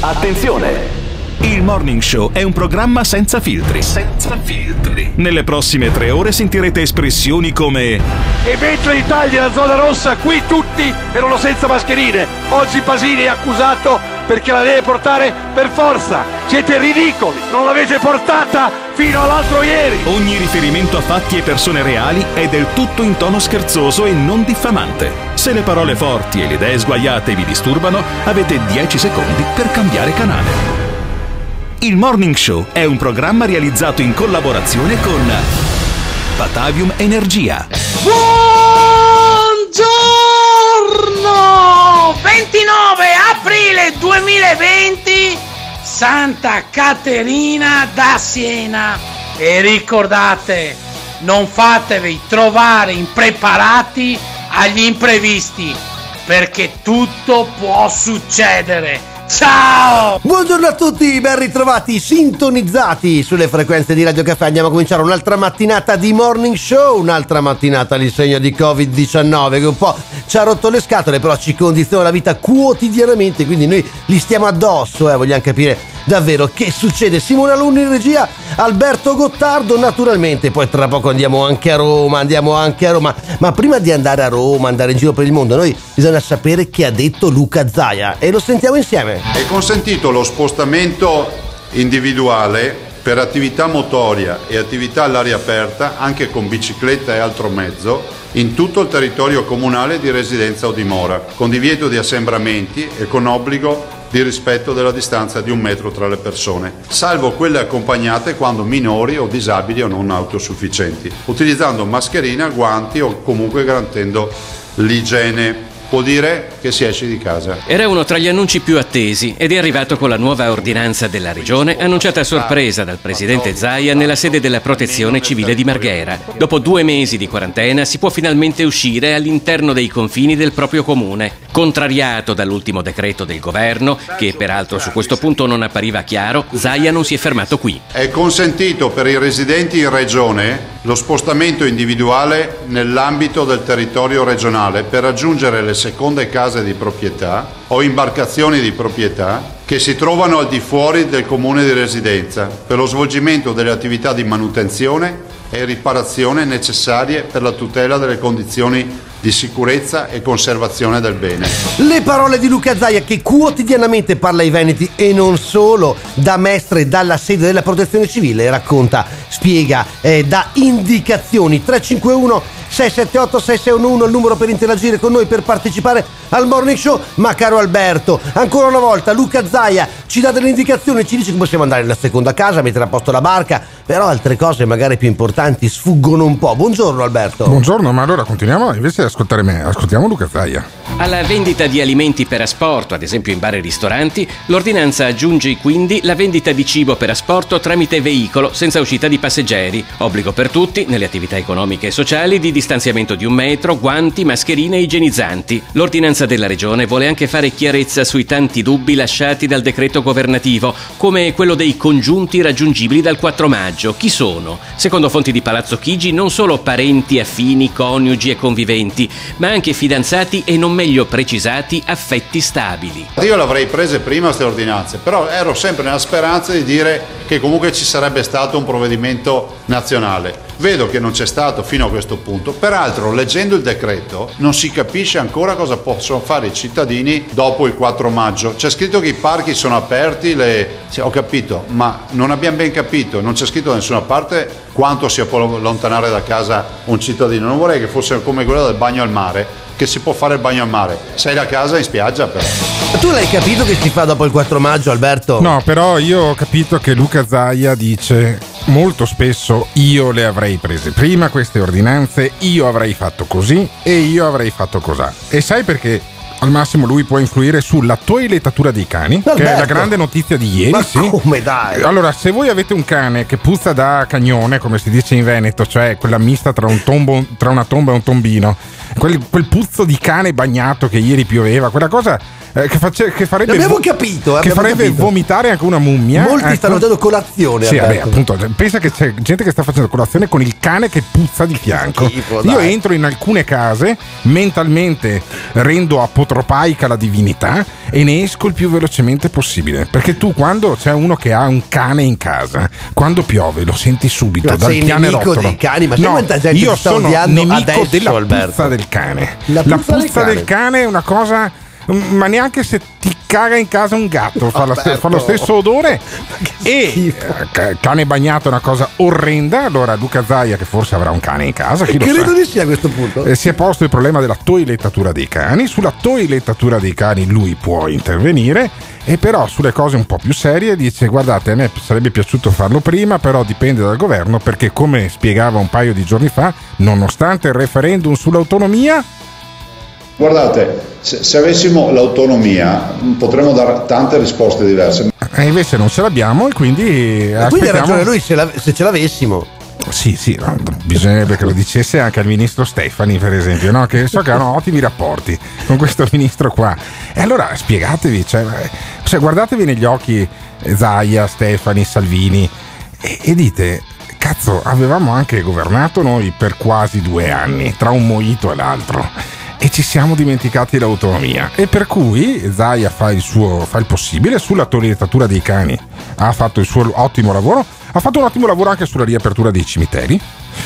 Attenzione! Il Morning Show è un programma senza filtri. Senza filtri. Nelle prossime 3 ore sentirete espressioni come: e mentre l'Italia è la zona rossa, qui tutti erano senza mascherine. Oggi Pasini è accusato perché la deve portare per forza. Siete ridicoli, non l'avete portata fino all'altro ieri. Ogni riferimento a fatti e persone reali è del tutto in tono scherzoso e non diffamante. Se le parole forti e le idee sguaiate vi disturbano, avete 10 secondi per cambiare canale. Il Morning Show è un programma realizzato in collaborazione con Batavium Energia. Buongiorno! 29 aprile 2020, Santa Caterina da Siena. E ricordate, non fatevi trovare impreparati agli imprevisti, perché tutto può succedere. Ciao! Buongiorno a tutti, ben ritrovati, sintonizzati sulle frequenze di Radio Caffè. Andiamo a cominciare un'altra mattinata di Morning Show, un'altra mattinata all'insegna di Covid-19 che un po' ci ha rotto le scatole, però ci condiziona la vita quotidianamente, quindi noi li stiamo addosso, vogliamo capire davvero che succede. Simone Alunni in regia, Alberto Gottardo naturalmente, poi tra poco andiamo anche a Roma, ma prima di andare a Roma, andare in giro per il mondo, noi bisogna sapere che ha detto Luca Zaia e lo sentiamo insieme. È consentito lo spostamento individuale per attività motoria e attività all'aria aperta anche con bicicletta e altro mezzo in tutto il territorio comunale di residenza o dimora, con divieto di assembramenti e con obbligo di rispetto della distanza di 1 metro tra le persone, salvo quelle accompagnate quando minori o disabili o non autosufficienti, utilizzando mascherina, guanti o comunque garantendo l'igiene. Può dire che si esce di casa. Era uno tra gli annunci più attesi ed è arrivato con la nuova ordinanza della regione annunciata a sorpresa dal presidente Zaia nella sede della Protezione Civile di Marghera. Dopo 2 mesi di quarantena si può finalmente uscire all'interno dei confini del proprio comune. Contrariato dall'ultimo decreto del governo, che peraltro su questo punto non appariva chiaro, Zaia non si è fermato qui. È consentito per i residenti in regione lo spostamento individuale nell'ambito del territorio regionale per raggiungere le seconde case di proprietà o imbarcazioni di proprietà che si trovano al di fuori del comune di residenza per lo svolgimento delle attività di manutenzione e riparazione necessarie per la tutela delle condizioni di sicurezza e conservazione del bene. Le parole di Luca Zaia, che quotidianamente parla ai veneti e non solo, da Mestre, dalla sede della Protezione Civile, racconta, spiega, dà indicazioni. 351 678 6611 il numero per interagire con noi, per partecipare al Morning Show. Ma caro Alberto, ancora una volta Luca Zaia ci dà delle indicazioni, ci dice che possiamo andare nella seconda casa, mettere a posto la barca, però altre cose magari più importanti sfuggono un po'. Buongiorno Alberto. Buongiorno, ma allora continuiamo invece ad ascoltare me, ascoltiamo Luca Zaia. Alla vendita di alimenti per asporto, ad esempio in bar e ristoranti, l'ordinanza aggiunge quindi la vendita di cibo per asporto tramite veicolo senza uscita di passeggeri. Obbligo per tutti, nelle attività economiche e sociali, di distanziamento di 1 metro, guanti, mascherine e igienizzanti. L'ordinanza della regione vuole anche fare chiarezza sui tanti dubbi lasciati dal decreto governativo, come quello dei congiunti raggiungibili dal 4 maggio. Chi sono? Secondo fonti di Palazzo Chigi, non solo parenti, affini, coniugi e conviventi, ma anche fidanzati e non meglio precisati affetti stabili. Io l'avrei prese prima queste ordinanze, però ero sempre nella speranza di dire che comunque ci sarebbe stato un provvedimento nazionale. Vedo che non c'è stato fino a questo punto. Peraltro, leggendo il decreto, non si capisce ancora cosa possono fare i cittadini dopo il 4 maggio. C'è scritto che i parchi sono aperti, ho capito, ma non abbiamo ben capito, non c'è scritto da nessuna parte quanto si può allontanare da casa un cittadino. Non vorrei che fosse come quello del bagno al mare, che si può fare il bagno al mare. Sei da casa in spiaggia però. Tu l'hai capito che si fa dopo il 4 maggio, Alberto? No, però io ho capito che Luca Zaia dice molto spesso: io le avrei prese prima queste ordinanze, io avrei fatto così e io avrei fatto cosà. E sai perché? Al massimo lui può influire sulla toilettatura dei cani, Alberto, che è la grande notizia di ieri. Ma sì. come dai? Allora, se voi avete un cane che puzza da cagnone, come si dice in Veneto, cioè quella mista tra una tomba e un tombino, quel puzzo di cane bagnato che ieri pioveva, quella cosa che farebbe abbiamo capito, che farebbe capito. Vomitare anche una mummia. Molti stanno facendo colazione. Sì, vabbè, appunto, pensa che c'è gente che sta facendo colazione con il cane che puzza di fianco. Schifo, io dai. entro in alcune case, mentalmente rendo apotropaica la divinità e ne esco il più velocemente possibile, perché tu quando c'è uno che ha un cane in casa, quando piove lo senti subito Ma dal sei pianerottolo. nemico dei cani, ma sai no, quanta gente io ti sta sono odiando nemico adesso, della Alberto? puzza del cane. La puzza del cane è una cosa, ma neanche se ti caga in casa un gatto fa lo stesso odore. E cane bagnato è una cosa orrenda. Allora Luca Zaia, che forse avrà un cane in casa, chi lo sa, Credo di sì a questo punto. si è posto il problema della toilettatura dei cani. Sulla toilettatura dei cani lui può intervenire, e però sulle cose un po' più serie dice: guardate, a me sarebbe piaciuto farlo prima, però dipende dal governo, perché come spiegava un paio di giorni fa, nonostante il referendum sull'autonomia, Guardate, se avessimo l'autonomia potremmo dare tante risposte diverse. e invece non ce l'abbiamo, e quindi Quindi ha aspettiamo. ragione lui, se ce l'avessimo. Sì, no, bisognerebbe che lo dicesse anche al ministro Stefani, per esempio, no? Che so che hanno ottimi rapporti con questo ministro qua. E allora spiegatevi, cioè guardatevi negli occhi Zaia, Stefani, Salvini e dite: cazzo, avevamo anche governato noi per quasi 2 anni, tra un mojito e l'altro, e ci siamo dimenticati l'autonomia, e per cui Zaia fa il possibile sulla toilettatura dei cani, ha fatto il suo ottimo lavoro, ha fatto un ottimo lavoro anche sulla riapertura dei cimiteri,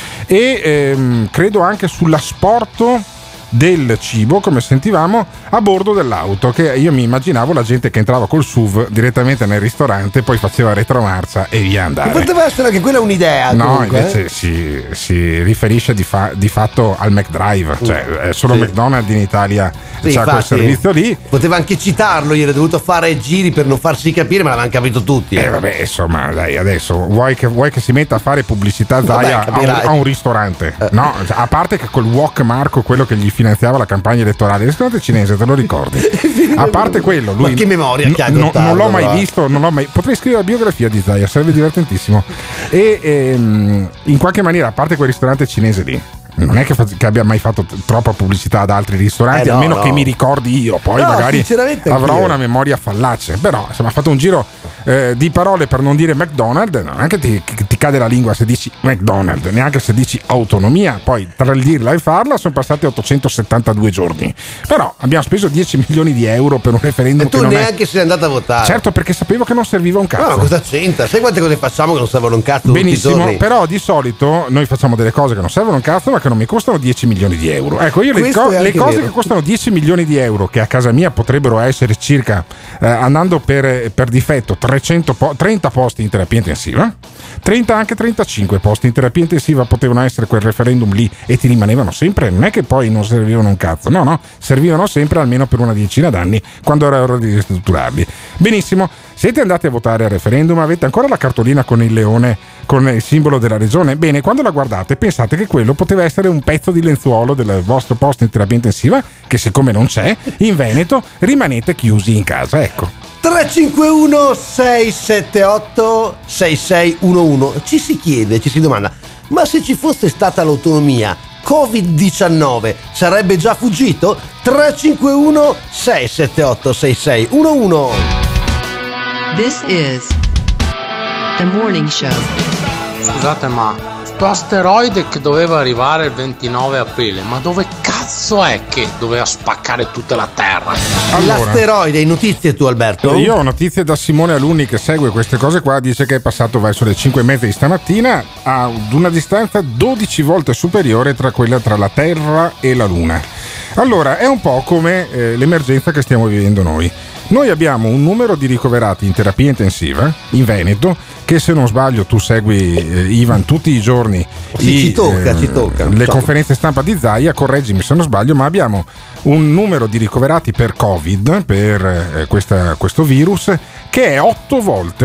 e credo anche sull'asporto del cibo, come sentivamo, a bordo dell'auto, che io mi immaginavo la gente che entrava col SUV direttamente nel ristorante, poi faceva retromarcia e via andare. Poteva essere anche quella un'idea. No, comunque, invece si riferisce di fatto al McDrive, cioè solo sì. McDonald's in Italia Sì, c'ha quel infatti, servizio lì. Poteva anche citarlo, gli era dovuto fare giri per non farsi capire, ma l'avevano capito tutti. Vabbè, insomma, dai, adesso vuoi che si metta a fare pubblicità Zaia capirai. a un ristorante? No, a parte che col Wok Marco, quello che gli finanziava la campagna elettorale, il ristorante cinese, te lo ricordi? A parte quello, lui Ma che memoria che ha non Gottardo, l'ho mai però. visto, potrei scrivere la biografia di Zaia, sarebbe divertentissimo. E in qualche maniera, a parte quel ristorante cinese lì, non è che abbia mai fatto troppa pubblicità ad altri ristoranti, no, almeno no. che mi ricordi io, poi No, magari sinceramente avrò anch'io. una memoria fallace, però insomma ha fatto un giro di parole per non dire McDonald's, non è che ti cade la lingua se dici McDonald's, neanche se dici autonomia, poi tra il dirla e farla sono passati 872 giorni, però abbiamo speso 10 milioni di euro per un referendum E tu che non neanche sei andato a votare. certo, perché sapevo che non serviva un cazzo. No, cosa c'entra? Sai quante cose facciamo che non servono un cazzo tutti i Benissimo, giorni? però di solito noi facciamo delle cose che non servono un cazzo ma che non mi costano 10 milioni di euro. Ecco, io le Questo è cose anche vero. che costano 10 milioni di euro, che a casa mia potrebbero essere circa, andando per difetto, 30 posti in terapia intensiva, 30 anche 35 posti in terapia intensiva potevano essere quel referendum lì, e ti rimanevano sempre, non è che poi non servivano un cazzo, no, servivano sempre almeno per una decina d'anni, quando era ora di ristrutturarli. Benissimo, siete andati a votare al referendum, avete ancora la cartolina con il leone, con il simbolo della regione? Bene, quando la guardate pensate che quello poteva essere un pezzo di lenzuolo del vostro posto in terapia intensiva, che siccome non c'è, in Veneto rimanete chiusi in casa, ecco. 351 678 6611. Ci si chiede, ci si domanda: ma se ci fosse stata l'autonomia, Covid-19 sarebbe già fuggito? 351 678 6611. This is the morning show. Scusate, ma sto asteroide che doveva arrivare il 29 aprile, ma dove cazzo è che doveva spaccare tutta la Terra? Allora, L'asteroide, hai notizie tu, Alberto? io ho notizie da Simone Alunni, che segue queste cose qua, dice che è passato verso le 5:30 di stamattina ad una distanza 12 volte superiore tra quella tra la Terra e la Luna. Allora, è un po' come l'emergenza che stiamo vivendo noi. Noi abbiamo un numero di ricoverati in terapia intensiva in Veneto, che se non sbaglio tu segui, Ivan, tutti i giorni Sì, ci tocca. le conferenze stampa di Zaia, correggimi se non sbaglio, ma abbiamo un numero di ricoverati per Covid, per questo virus, che è 8 volte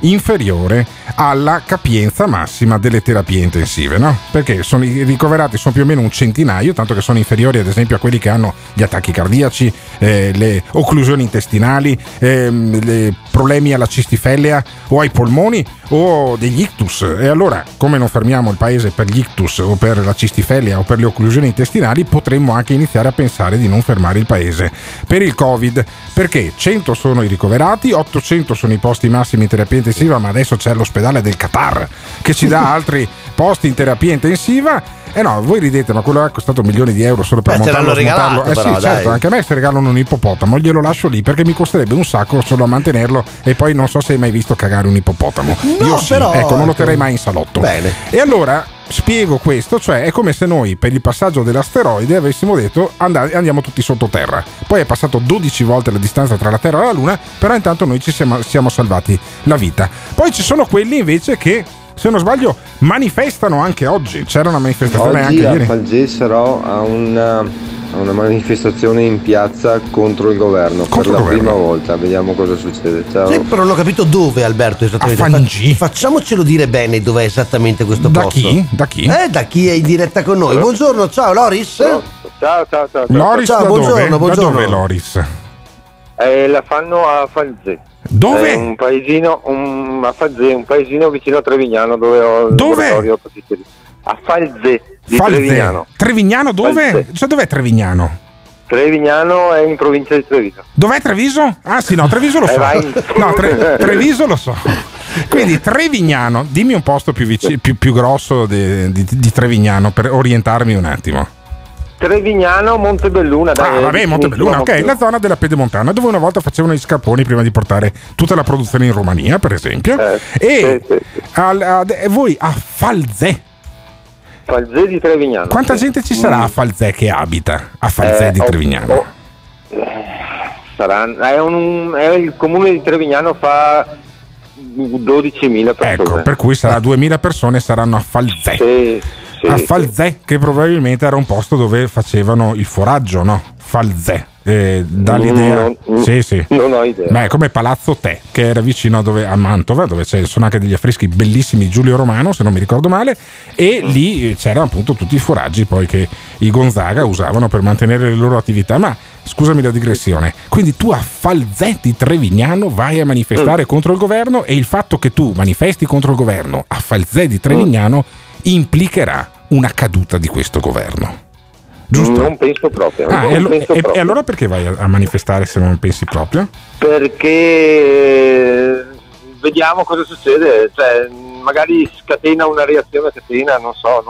inferiore alla capienza massima delle terapie intensive, no? Perché i ricoverati sono più o meno un centinaio, tanto che sono inferiori ad esempio a quelli che hanno gli attacchi cardiaci, le occlusioni intestinali, problemi alla cistifellea o ai polmoni o degli ictus. E allora, come non fermiamo il paese per gli ictus o per la cistifellea o per le occlusioni intestinali, potremmo anche iniziare a pensare di non fermare il paese per il Covid, perché 100 sono i ricoverati, 800 sono i posti massimi in terapia intensiva, ma adesso c'è l'ospedale del Qatar che ci dà altri posti in terapia intensiva. No, voi ridete, ma quello è costato milioni di euro solo per montarlo e smontarlo. Però, sì, certo, anche a me se regalano un ippopotamo glielo lascio lì perché mi costerebbe un sacco solo a mantenerlo, e poi non so se hai mai visto cagare un ippopotamo. No, io sì, però, ecco, non lo terrei mai in salotto. Bene. E allora spiego questo, cioè è come se noi per il passaggio dell'asteroide avessimo detto andiamo tutti sottoterra. Poi è passato 12 volte la distanza tra la Terra e la Luna, però intanto noi ci siamo salvati la vita. Poi ci sono quelli invece che, se non sbaglio, manifestano anche oggi. C'era una manifestazione oggi anche ieri. A Falgè sarò a una manifestazione in piazza contro il governo per la prima volta. Vediamo cosa succede. Ciao. Sì, però non ho capito dove, Alberto, esattamente. A Fangi? Facciamocelo dire bene dov'è esattamente questo Da posto. chi? Da chi? Da chi è in diretta con noi. Buongiorno, ciao Loris. Ciao. Loris, Ciao, da buongiorno, dove? buongiorno. Da dove Loris? La fanno a Falgè. Dove? È un paesino, a Falgè, un paesino vicino a Trevignano dove ho il laboratorio. A Falgè di Trevignano. Trevignano dove? Falgè. Cioè, dov'è Trevignano? Trevignano è in provincia di Treviso. Dov'è Treviso? Ah sì, no, Treviso lo so. No, Treviso lo so. Quindi Trevignano, dimmi un posto più grosso di Trevignano per orientarmi un attimo. Trevignano, Montebelluna. Vabbè, Montebelluna, ok, la zona della Pedemontana, dove una volta facevano gli scarponi prima di portare tutta la produzione in Romania, per esempio. Sì. Voi a Falzè. Falzè di Trevignano. Quanta gente ci sarà a Falzè che abita a Falzè di Trevignano? È il comune di Trevignano, fa 12.000 persone. Ecco, per cui sarà 2.000 persone saranno a Falzè. Sì. A Falzè, che probabilmente era un posto dove facevano il foraggio, no? Falzè. Dall'idea. Sì. Non ho idea. Beh, come Palazzo Te, che era vicino a Mantova, dove sono anche degli affreschi bellissimi di Giulio Romano, se non mi ricordo male, e lì c'erano appunto tutti i foraggi poi che i Gonzaga usavano per mantenere le loro attività. Ma scusami la digressione, quindi tu a Falzè di Trevignano vai a manifestare contro il governo, e il fatto che tu manifesti contro il governo a Falzè di Trevignano implicherà una caduta di questo governo. Giusto? Non penso proprio. E allora perché vai a manifestare se non pensi proprio? Perché vediamo cosa succede, cioè magari scatena una reazione a catena, non so.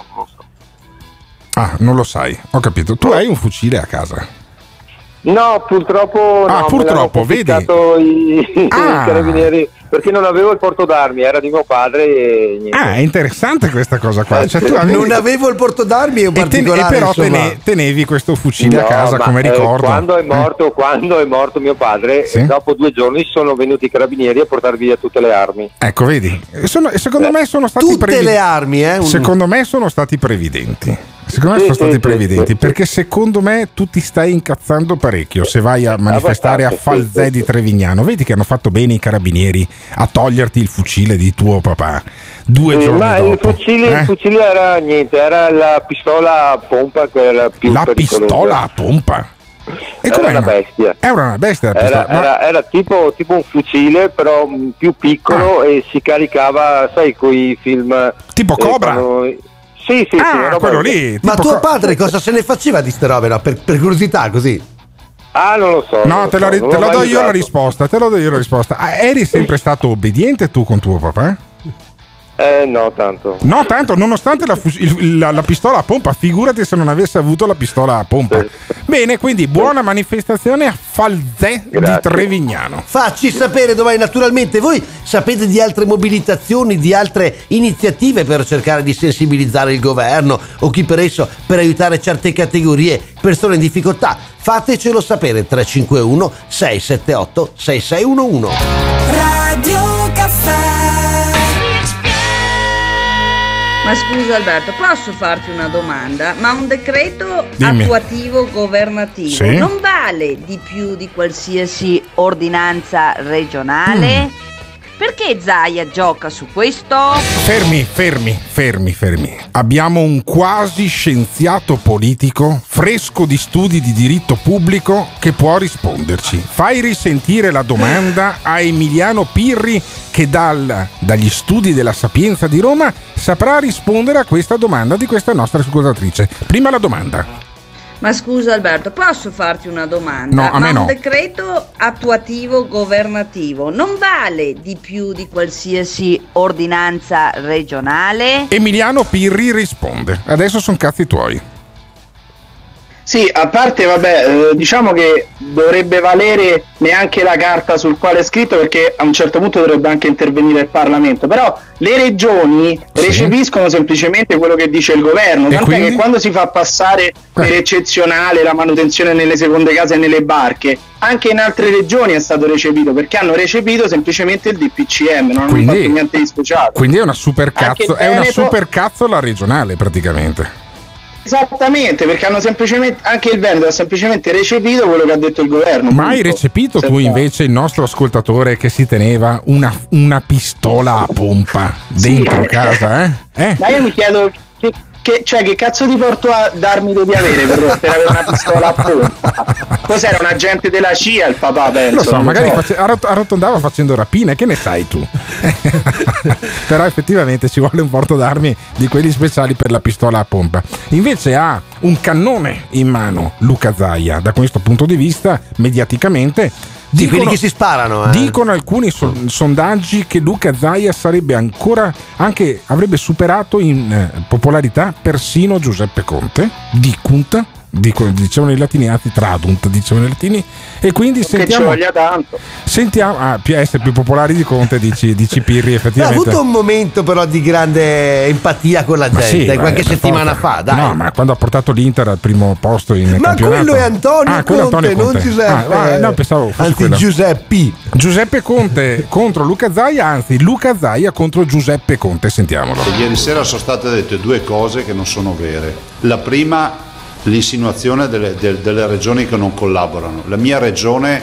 Ah, non lo sai, ho capito. Tu hai un fucile a casa? No, purtroppo no. Purtroppo, vedi? I carabinieri, perché non avevo il porto d'armi, era di mio padre e niente. È interessante questa cosa qua. Cioè, tu non avevo il porto d'armi in particolare. E però tenevi questo fucile a casa, come ricordo. Quando è morto mio padre, dopo 2 giorni sono venuti i carabinieri a portare via tutte le armi. Ecco, vedi? Secondo me sono stati tutte le armi, Secondo me sono stati previdenti. Perché secondo me tu ti stai incazzando parecchio se vai a manifestare a Falzè di Trevignano. Vedi che hanno fatto bene i carabinieri a toglierti il fucile di tuo papà 2 giorni dopo. Il fucile era niente, era la pistola a pompa, che era più la pericolosa. Pistola a pompa? Era una bestia. Era una bestia la pistola. Era tipo un fucile, però più piccolo, e si caricava, sai, coi film tipo Cobra. Sì, quello lì. Ma tuo padre cosa se ne faceva di ste robe, no? Per curiosità, così. Non lo so. No, te lo do io la risposta. Eri sempre stato obbediente tu con tuo papà? No, tanto. No, tanto, nonostante la pistola a pompa, figurati se non avesse avuto la pistola a pompa. Bene, quindi buona manifestazione a Falzè di Trevignano. Facci sapere dov'è, naturalmente. Voi sapete di altre mobilitazioni, di altre iniziative per cercare di sensibilizzare il governo o chi per esso, per aiutare certe categorie, persone in difficoltà? Fatecelo sapere. 351 678 6611. Radio Caffè. Ma scusa Alberto, posso farti una domanda? Ma un decreto attuativo governativo non vale di più di qualsiasi ordinanza regionale? Perché Zaia gioca su questo? Fermi. Abbiamo un quasi scienziato politico, fresco di studi di diritto pubblico, che può risponderci. Fai risentire la domanda a Emiliano Pirri, che dagli studi della Sapienza di Roma saprà rispondere a questa domanda di questa nostra ascoltatrice. Prima la domanda. Ma scusa Alberto, posso farti una domanda? No, a me no. Un decreto attuativo governativo non vale di più di qualsiasi ordinanza regionale? Emiliano Pirri risponde. Adesso sono cazzi tuoi. Sì, a parte, diciamo che dovrebbe valere neanche la carta sul quale è scritto, perché a un certo punto dovrebbe anche intervenire il Parlamento, però le regioni recepiscono semplicemente quello che dice il governo, tant'è che quando si fa passare per eccezionale la manutenzione nelle seconde case e nelle barche, anche in altre regioni è stato recepito, perché hanno recepito semplicemente il DPCM, non hanno fatto niente di speciale. Quindi è una supercazzo la regionale praticamente. Esattamente, perché hanno semplicemente, anche il Veneto ha semplicemente recepito quello che ha detto il governo. Ma hai recepito tu invece il nostro ascoltatore che si teneva una pistola a pompa dentro casa? Ma io mi chiedo che cazzo ti porto d'armi devi avere per avere una pistola a pompa? Cos'era, un agente della CIA il papà, penso? Lo so, magari arrotondava facendo rapine, che ne sai tu? Però effettivamente ci vuole un porto d'armi di quelli speciali per la pistola a pompa. Invece ha un cannone in mano Luca Zaia, da questo punto di vista mediaticamente. Quelli che si sparano. Dicono alcuni sondaggi che Luca Zaia avrebbe superato in popolarità persino Giuseppe Conte, dicevano i latini, tradunt dicevano i latini, e quindi sentiamo più essere più popolari di Conte, dici Pirri effettivamente. Ha avuto un momento però di grande empatia con la gente, qualche settimana fa, dai. No, ma quando ha portato l'Inter al primo posto in campionato. Ma quello è Antonio Conte, non Giuseppe. No, pensavo fosse Giuseppe Conte contro Luca Zaia, anzi Luca Zaia contro Giuseppe Conte, sentiamolo. Ieri sera sono state dette due cose che non sono vere. La prima, l'insinuazione delle regioni che non collaborano. La mia regione,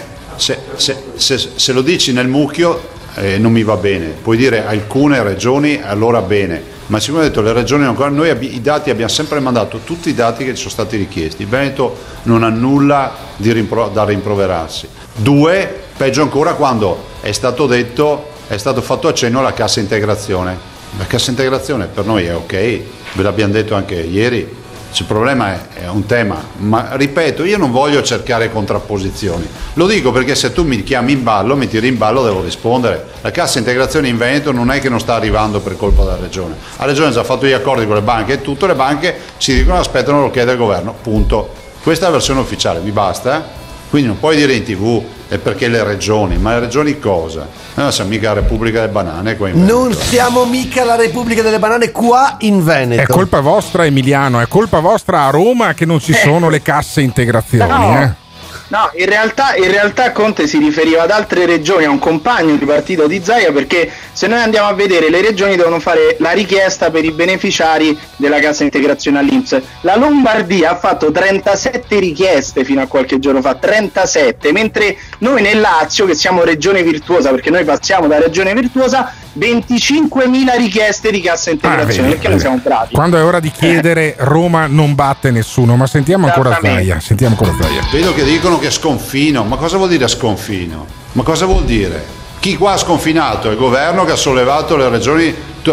se lo dici nel mucchio, non mi va bene. Puoi dire alcune regioni, allora bene, ma siccome ho detto le regioni non collaborano, noi i dati abbiamo sempre mandato tutti i dati che ci sono stati richiesti. Il Veneto non ha nulla da rimproverarsi. Due, peggio ancora, quando è stato fatto accenno alla cassa integrazione. La cassa integrazione per noi è ok, ve l'abbiamo detto anche ieri. Il problema è un tema, ma ripeto, io non voglio cercare contrapposizioni, lo dico perché se tu mi chiami in ballo, mi tiri in ballo, devo rispondere. La cassa integrazione in Veneto non è che non sta arrivando per colpa della regione, la regione ha già fatto gli accordi con le banche e tutte le banche ci dicono aspettano l'ok del governo, punto. Questa è la versione ufficiale, mi basta. Quindi non puoi dire in TV è perché le regioni, ma le regioni cosa? Noi non siamo mica la Repubblica delle Banane qua in Veneto. Non siamo mica la Repubblica delle Banane qua in Veneto. È colpa vostra, Emiliano, è colpa vostra a Roma che non ci sono le casse integrazioni. No, in realtà Conte si riferiva ad altre regioni, a un compagno di partito di Zaia, perché se noi andiamo a vedere, le regioni devono fare la richiesta per i beneficiari della cassa integrazione all'INPS. La Lombardia ha fatto 37 richieste fino a qualche giorno fa, 37, mentre noi nel Lazio, che siamo regione virtuosa, perché noi passiamo da regione virtuosa, 25.000 richieste di cassa integrazione, perché noi siamo bravi. Quando è ora di chiedere, Roma non batte nessuno, ma sentiamo ancora Zaia. Vedo che dicono che sconfino, ma cosa vuol dire sconfino? Ma cosa vuol dire? Chi qua ha sconfinato? Il governo che ha sollevato le regioni,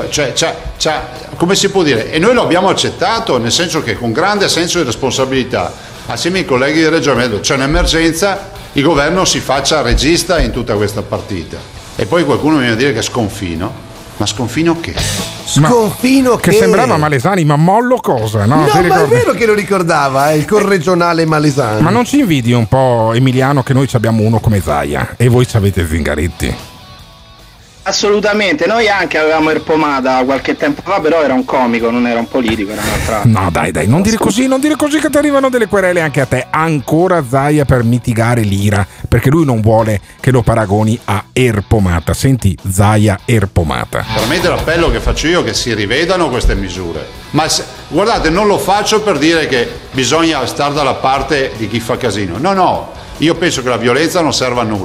come si può dire? E noi lo abbiamo accettato, nel senso che con grande senso di responsabilità, assieme ai colleghi di regione, abbiamo detto c'è un'emergenza, il governo si faccia regista in tutta questa partita. E poi qualcuno mi viene a dire che sconfino, ma sconfino che? Sconfino che sembrava Malesani, ma Mollo cosa? No, ma è vero che lo ricordava, il corregionale Malesani. Ma non ci invidi un po', Emiliano, che noi abbiamo uno come Zaia e voi ci avete Zingaretti? Assolutamente, noi anche avevamo Erpomata qualche tempo fa, però era un comico, non era un politico, era un'altra. No, dai, non dire così che ti arrivano delle querele anche a te. Ancora Zaia per mitigare l'ira, perché lui non vuole che lo paragoni a Erpomata. Senti, Zaia Erpomata. Veramente l'appello che faccio io è che si rivedano queste misure. Ma guardate, non lo faccio per dire che bisogna stare dalla parte di chi fa casino. No, io penso che la violenza non serva a nulla.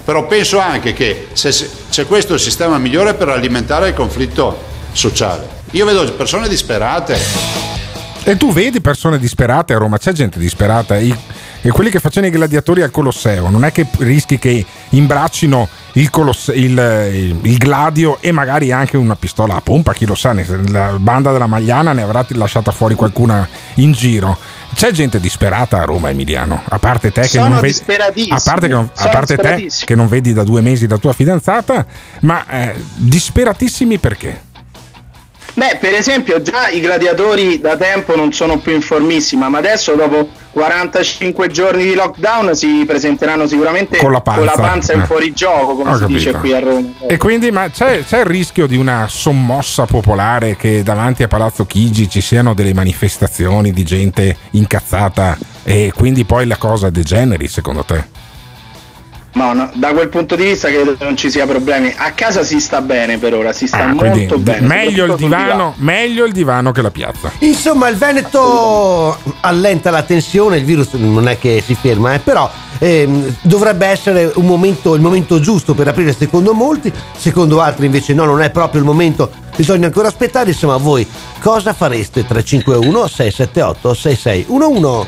però penso anche che se questo è il sistema migliore per alimentare il conflitto sociale. Io vedo persone disperate. E tu vedi persone disperate a Roma? C'è gente disperata? E quelli che facevano i gladiatori al Colosseo, non è che rischi che imbraccino il gladio e magari anche una pistola a pompa, chi lo sa, la banda della Magliana ne avrà lasciata fuori qualcuna in giro. C'è gente disperata a Roma, Emiliano, a parte te che non vedi, a parte te che non vedi da 2 mesi la tua fidanzata, ma disperatissimi perché? Beh, per esempio già i gladiatori da tempo non sono più informissimi, ma adesso dopo 45 giorni di lockdown si presenteranno sicuramente con la panza in fuorigioco, come si dice qui a Roma. E quindi ma c'è il rischio di una sommossa popolare, che davanti a Palazzo Chigi ci siano delle manifestazioni di gente incazzata e quindi poi la cosa degeneri, secondo te? No, da quel punto di vista credo non ci sia problemi. A casa si sta bene per ora, si sta molto bene. Meglio il divano che la piazza. Insomma, il Veneto allenta la tensione, il virus non è che si ferma, però dovrebbe essere il momento giusto per aprire, secondo molti, secondo altri invece no, non è proprio il momento, bisogna ancora aspettare. Insomma, voi cosa fareste? 351 678 6611.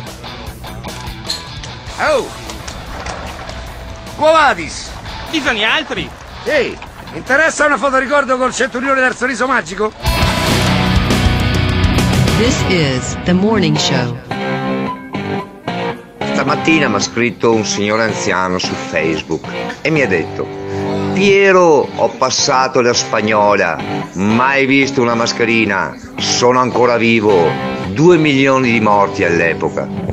Oh! Quovadis! Chi sono gli altri? Ehi, interessa una fotoricordo col centurione del sorriso magico? This is the morning show. Stamattina mi ha scritto un signore anziano su Facebook e mi ha detto: Piero, ho passato la spagnola, mai visto una mascherina, sono ancora vivo, 2 milioni di morti all'epoca.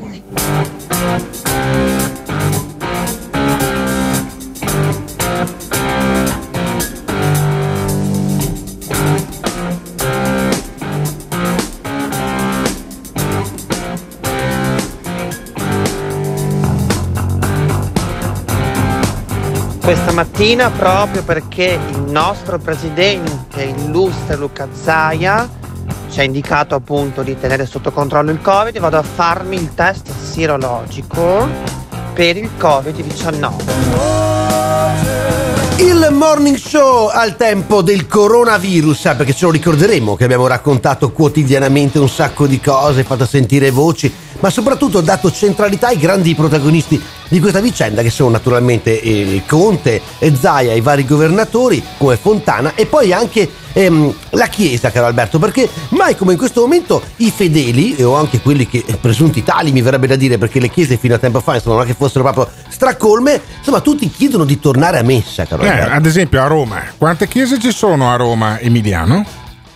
Questa mattina, proprio perché il nostro presidente illustre Luca Zaia ci ha indicato appunto di tenere sotto controllo il Covid, vado a farmi il test sierologico per il Covid-19. Il morning show al tempo del coronavirus, perché ce lo ricorderemo che abbiamo raccontato quotidianamente un sacco di cose, fatto sentire voci, ma soprattutto dato centralità ai grandi protagonisti di questa vicenda, che sono naturalmente il Conte e Zaia, i vari governatori come Fontana, e poi anche la Chiesa, caro Alberto, perché mai come in questo momento i fedeli, o anche quelli che presunti tali, mi verrebbe da dire, perché le chiese fino a tempo fa insomma non è che fossero proprio stracolme, insomma tutti chiedono di tornare a messa, caro Alberto. Ad esempio a Roma, quante chiese ci sono a Roma, Emiliano?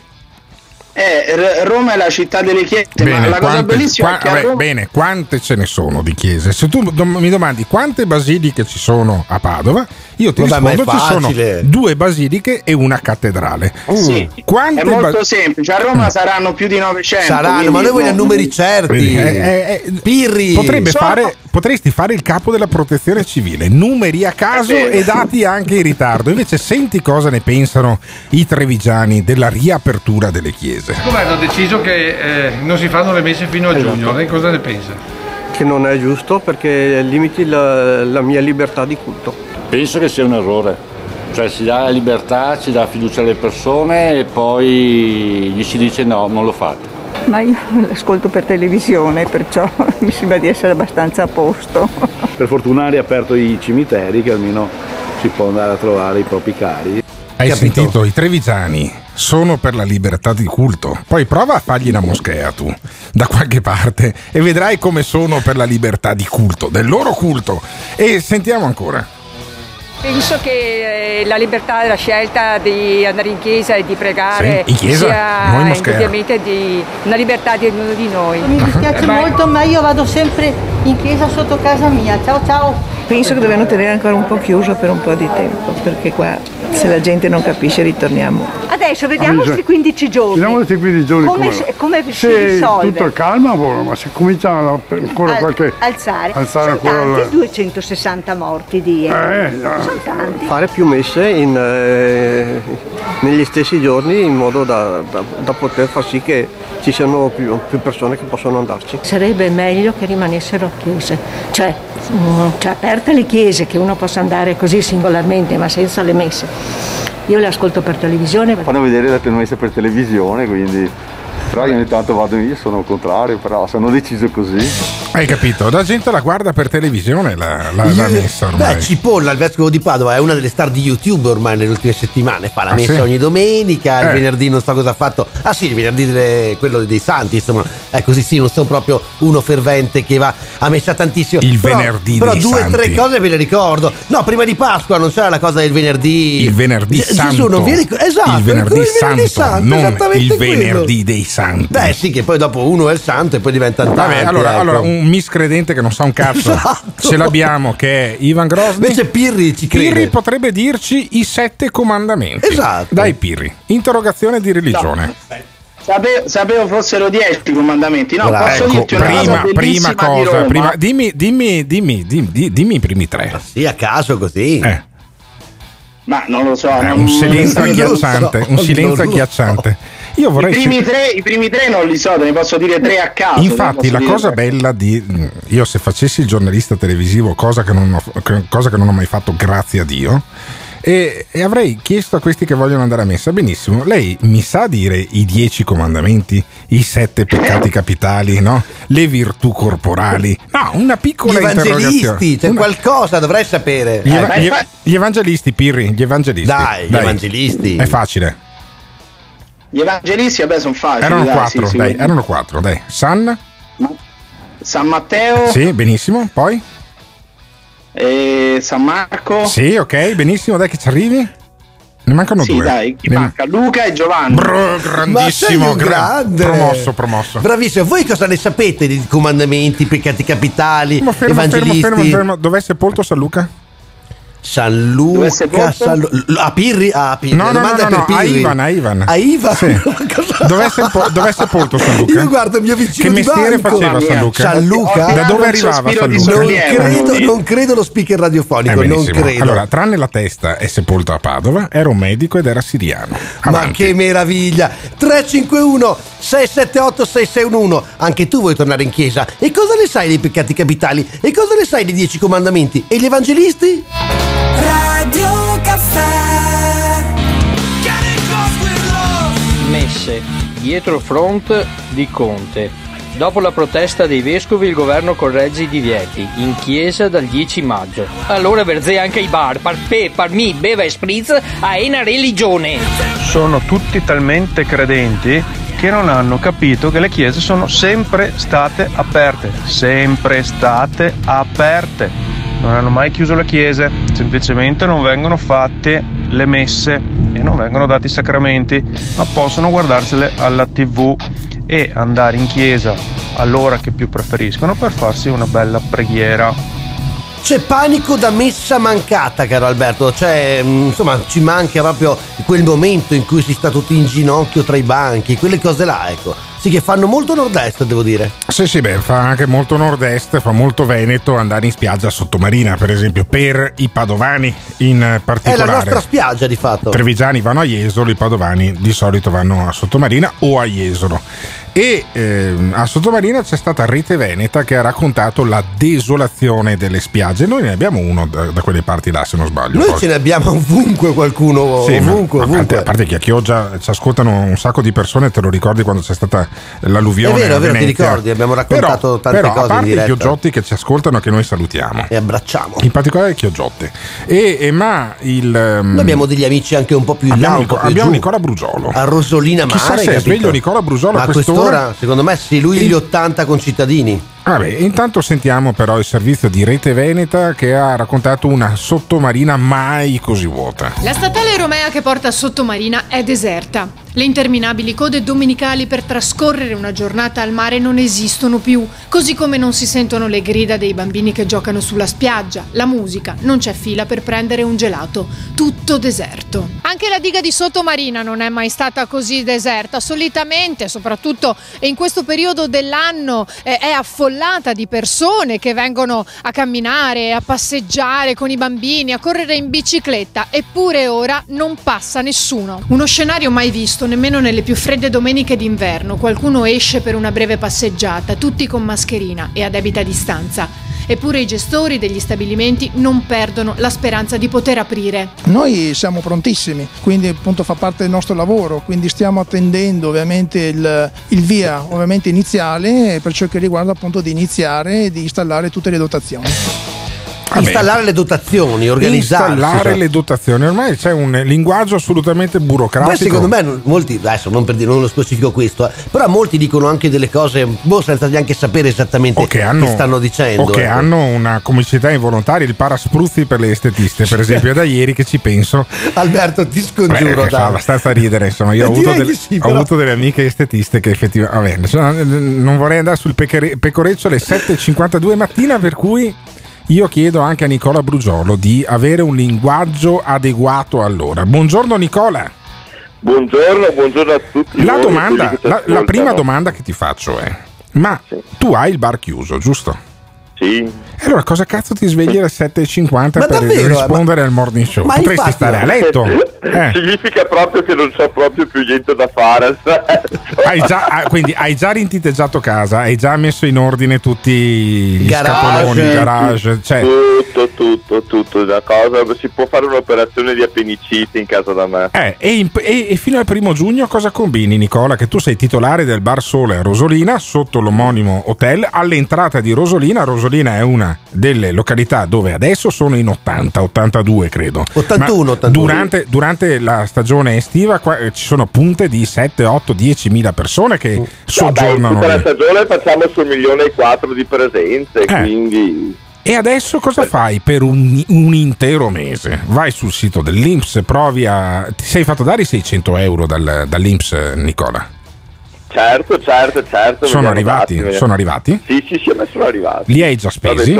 Roma è la città delle chiese, bene, ma la cosa bellissima è che a Roma... Bene, quante ce ne sono di chiese? Se tu mi domandi quante basiliche ci sono a Padova, io ti rispondo ci sono 2 basiliche e una cattedrale. Sì, è molto semplice, a Roma saranno più di 900. Saranno, ma noi vogliamo numeri certi. Pirri. Potresti fare il capo della protezione civile, numeri a caso e dati anche in ritardo. Invece senti cosa ne pensano i trevigiani della riapertura delle chiese. Il governo ha deciso che non si fanno le messe fino a giugno, lei cosa ne pensa? Che non è giusto, perché limiti la mia libertà di culto. Penso che sia un errore, cioè si dà la libertà, si dà fiducia alle persone e poi gli si dice no, non lo fate. Ma io l'ascolto per televisione, perciò mi sembra di essere abbastanza a posto. Per fortuna ha riaperto i cimiteri, che almeno si può andare a trovare i propri cari. Hai sentito? I trevigiani sono per la libertà di culto. Poi prova a fargli una moschea tu, da qualche parte, e vedrai come sono per la libertà di culto, del loro culto. E sentiamo ancora. Penso che la libertà della scelta di andare in chiesa e di pregare in chiesa, sia indubbiamente una libertà di ognuno di noi. Mi dispiace molto, ma io vado sempre in chiesa sotto casa mia. Ciao ciao. Penso che dobbiamo tenere ancora un po' chiuso per un po' di tempo, perché qua se la gente non capisce ritorniamo. Adesso vediamo questi 15 giorni. Vediamo questi 15 giorni come si risolve. Tutto calma, ma se comincia ancora alzare sono tanti 260 morti di ieri. Sono tanti. Fare più messe negli stessi giorni, in modo da poter far sì che ci siano più persone che possono andarci. Sarebbe meglio che rimanessero chiuse, cioè aperte le chiese, che uno possa andare così singolarmente ma senza le messe, io le ascolto per televisione. Fanno vedere le messe per televisione, quindi però io ogni tanto vado, io sono al contrario, però se hanno deciso così. Hai capito? La gente la guarda per televisione la messa ormai. Beh, Cipolla, il vescovo di Padova, è una delle star di YouTube ormai nelle ultime settimane. Fa la messa ogni domenica, il venerdì non so cosa ha fatto. Ah sì, il venerdì quello dei santi, insomma. È così, sì, non sono proprio uno fervente che va a messa tantissimo. Venerdì però dei due o santi. tre cose ve le ricordo. No, prima di Pasqua non c'era la cosa del venerdì. Il venerdì santo. Gesù non viene... Esatto, il venerdì santo, non il venerdì quello. dei santi. Beh sì, che poi dopo uno è il santo e poi diventa tanti. Vabbè, allora un miscredente che non sa un cazzo ce l'abbiamo, che è Ivan Grosny. Invece Pirri ci crede. Pirri potrebbe dirci i 7 comandamenti. Esatto. Dai Pirri, interrogazione di religione. Sapevo fossero 10 comandamenti. No, posso dirti una cosa prima cosa, dimmi i primi 3. Sì, a caso così. Ma non lo so. Un silenzio agghiacciante. Un silenzio agghiacciante. Io vorrei I primi tre non li so, te ne posso dire 3 a caso. Infatti la cosa bella io se facessi il giornalista televisivo, cosa che non ho mai fatto, grazie a Dio, e avrei chiesto a questi che vogliono andare a messa: benissimo, lei mi sa dire i 10 comandamenti, i 7 peccati capitali, no? Le virtù corporali? No, una piccola evangelisti, c'è qualcosa dovrei sapere. Gli evangelisti, Pirri, gli evangelisti. Dai, gli evangelisti. È facile. Gli evangelisti, vabbè, sono facili. Erano 4, dai, erano 4, dai. San Matteo. Sì, benissimo. Poi? San Marco. Sì, ok, benissimo, dai che ci arrivi. Ne mancano 2. Sì, dai, chi manca? Luca e Giovanni. Grandissimo, grande. Promosso. Bravissimo. Voi cosa ne sapete di comandamenti, peccati capitali, evangelisti? Fermo. Dov'è sepolto San Luca? San Luca, a Pirri? No, a Ivan. A Ivan? Sì. Dov'è sepolto San Luca? Io guardo il mio vicino che di mestiere banco. faceva San Luca? San Luca? Da dove arrivava San Luca? Non credo lo speaker radiofonico, non credo. Allora, tranne la testa, è sepolto a Padova, era un medico ed era siriano. Ma che meraviglia! 351 678 6611. Anche tu vuoi tornare in chiesa? E cosa ne sai dei peccati capitali? E cosa ne sai dei 10 comandamenti? E gli evangelisti? Radio Caffè. Messe dietro front di Conte. Dopo la protesta dei vescovi il governo corregge i divieti. In chiesa dal 10 maggio. Allora verzea anche i bar. Parmi beva e spritz a una religione. Sono tutti talmente credenti che non hanno capito che le chiese sono sempre state aperte. Non hanno mai chiuso le chiese, semplicemente non vengono fatte le messe e non vengono dati i sacramenti, ma possono guardarsele alla TV e andare in chiesa all'ora che più preferiscono per farsi una bella preghiera. C'è panico da messa mancata, caro Alberto, cioè insomma ci manca proprio quel momento in cui si sta tutti in ginocchio tra i banchi, quelle cose là, ecco. Sì, che fanno molto nord-est, devo dire. Sì, beh, fa anche molto nord-est, fa molto veneto andare in spiaggia sottomarina, per esempio, per i padovani in particolare. È la nostra spiaggia, di fatto. I trevigiani vanno a Jesolo, i padovani di solito vanno a Sottomarina o a Jesolo. E a Sottomarina c'è stata Rete Veneta che ha raccontato la desolazione delle spiagge. Noi ne abbiamo uno da quelle parti là, se non sbaglio. Noi ce ne abbiamo ovunque qualcuno, sì, ovunque. A parte che a Chioggia ci ascoltano un sacco di persone, te lo ricordi quando c'è stata l'alluvione? È vero, ti ricordi, abbiamo raccontato tante cose a parte in diretta. I Chioggiotti che ci ascoltano, che noi salutiamo e abbracciamo, in particolare Chioggiotte. Noi abbiamo degli amici anche un po' più in là, abbiamo Nicola Brugiolo a Rosolina Mare. Chissà se è sveglio Nicola Brugiolo a quest'ora. Secondo me sì, lui gli 80 concittadini. Vabbè, intanto sentiamo però il servizio di Rete Veneta che ha raccontato una sottomarina mai così vuota. La statale Romea che porta a Sottomarina è deserta. Le interminabili code domenicali per trascorrere una giornata al mare non esistono più, così come non si sentono le grida dei bambini che giocano sulla spiaggia, la musica, non c'è fila per prendere un gelato, tutto deserto. Anche la diga di Sottomarina non è mai stata così deserta, solitamente, soprattutto in questo periodo dell'anno, è affollata di persone che vengono a camminare, a passeggiare con i bambini, a correre in bicicletta, eppure ora non passa nessuno. Uno scenario mai visto nemmeno nelle più fredde domeniche d'inverno. Qualcuno esce per una breve passeggiata, tutti con mascherina e a debita distanza. Eppure i gestori degli stabilimenti non perdono la speranza di poter aprire. Noi siamo prontissimi, quindi appunto fa parte del nostro lavoro, quindi stiamo attendendo ovviamente il via ovviamente iniziale per ciò che riguarda appunto di iniziare e di installare tutte le dotazioni. Installare le dotazioni, organizzarsi. Installare le dotazioni, ormai c'è un linguaggio assolutamente burocratico. Ma secondo me molti, adesso non per dire, non lo specifico questo, però molti dicono anche delle cose senza neanche sapere esattamente che stanno dicendo. O che hanno una comicità involontaria, il paraspruzzi per le estetiste, per esempio. È da ieri che ci penso. Alberto, ti scongiuro. Fa abbastanza ridere, insomma. Io ho avuto delle amiche estetiste che effettivamente non vorrei andare sul pecoreccio alle 7:52 mattina, per cui io chiedo anche a Nicola Brugiolo di avere un linguaggio adeguato all'ora. Buongiorno Nicola. Buongiorno a tutti. La prima domanda che ti faccio è: ma tu hai il bar chiuso, giusto? Sì. E allora cosa cazzo ti svegli alle 7:50 per rispondere al morning show? Potresti stare a letto. Significa proprio che non c'è proprio più niente da fare. Quindi hai già rintiteggiato casa, hai già messo in ordine tutti gli scatoloni, il garage, cioè. Tutto da cosa si può fare un'operazione di appenicite in casa da me. E fino al 1 giugno cosa combini, Nicola? Che tu sei titolare del Bar Sole a Rosolina, sotto l'omonimo hotel, all'entrata di Rosolina. Rosolina è una delle località dove adesso sono in 82 credo. 81. Durante la stagione estiva ci sono punte di 7, 8, 10.000 persone che soggiornano. Tutta la stagione facciamo sul 1,4 milioni di presenze, quindi. E adesso cosa fai per un intero mese? Vai sul sito dell'Inps, ti sei fatto dare i 600 euro dall'Inps, Nicola? Certo. Sono arrivati? Sì, a me sono arrivati. Li hai già spesi?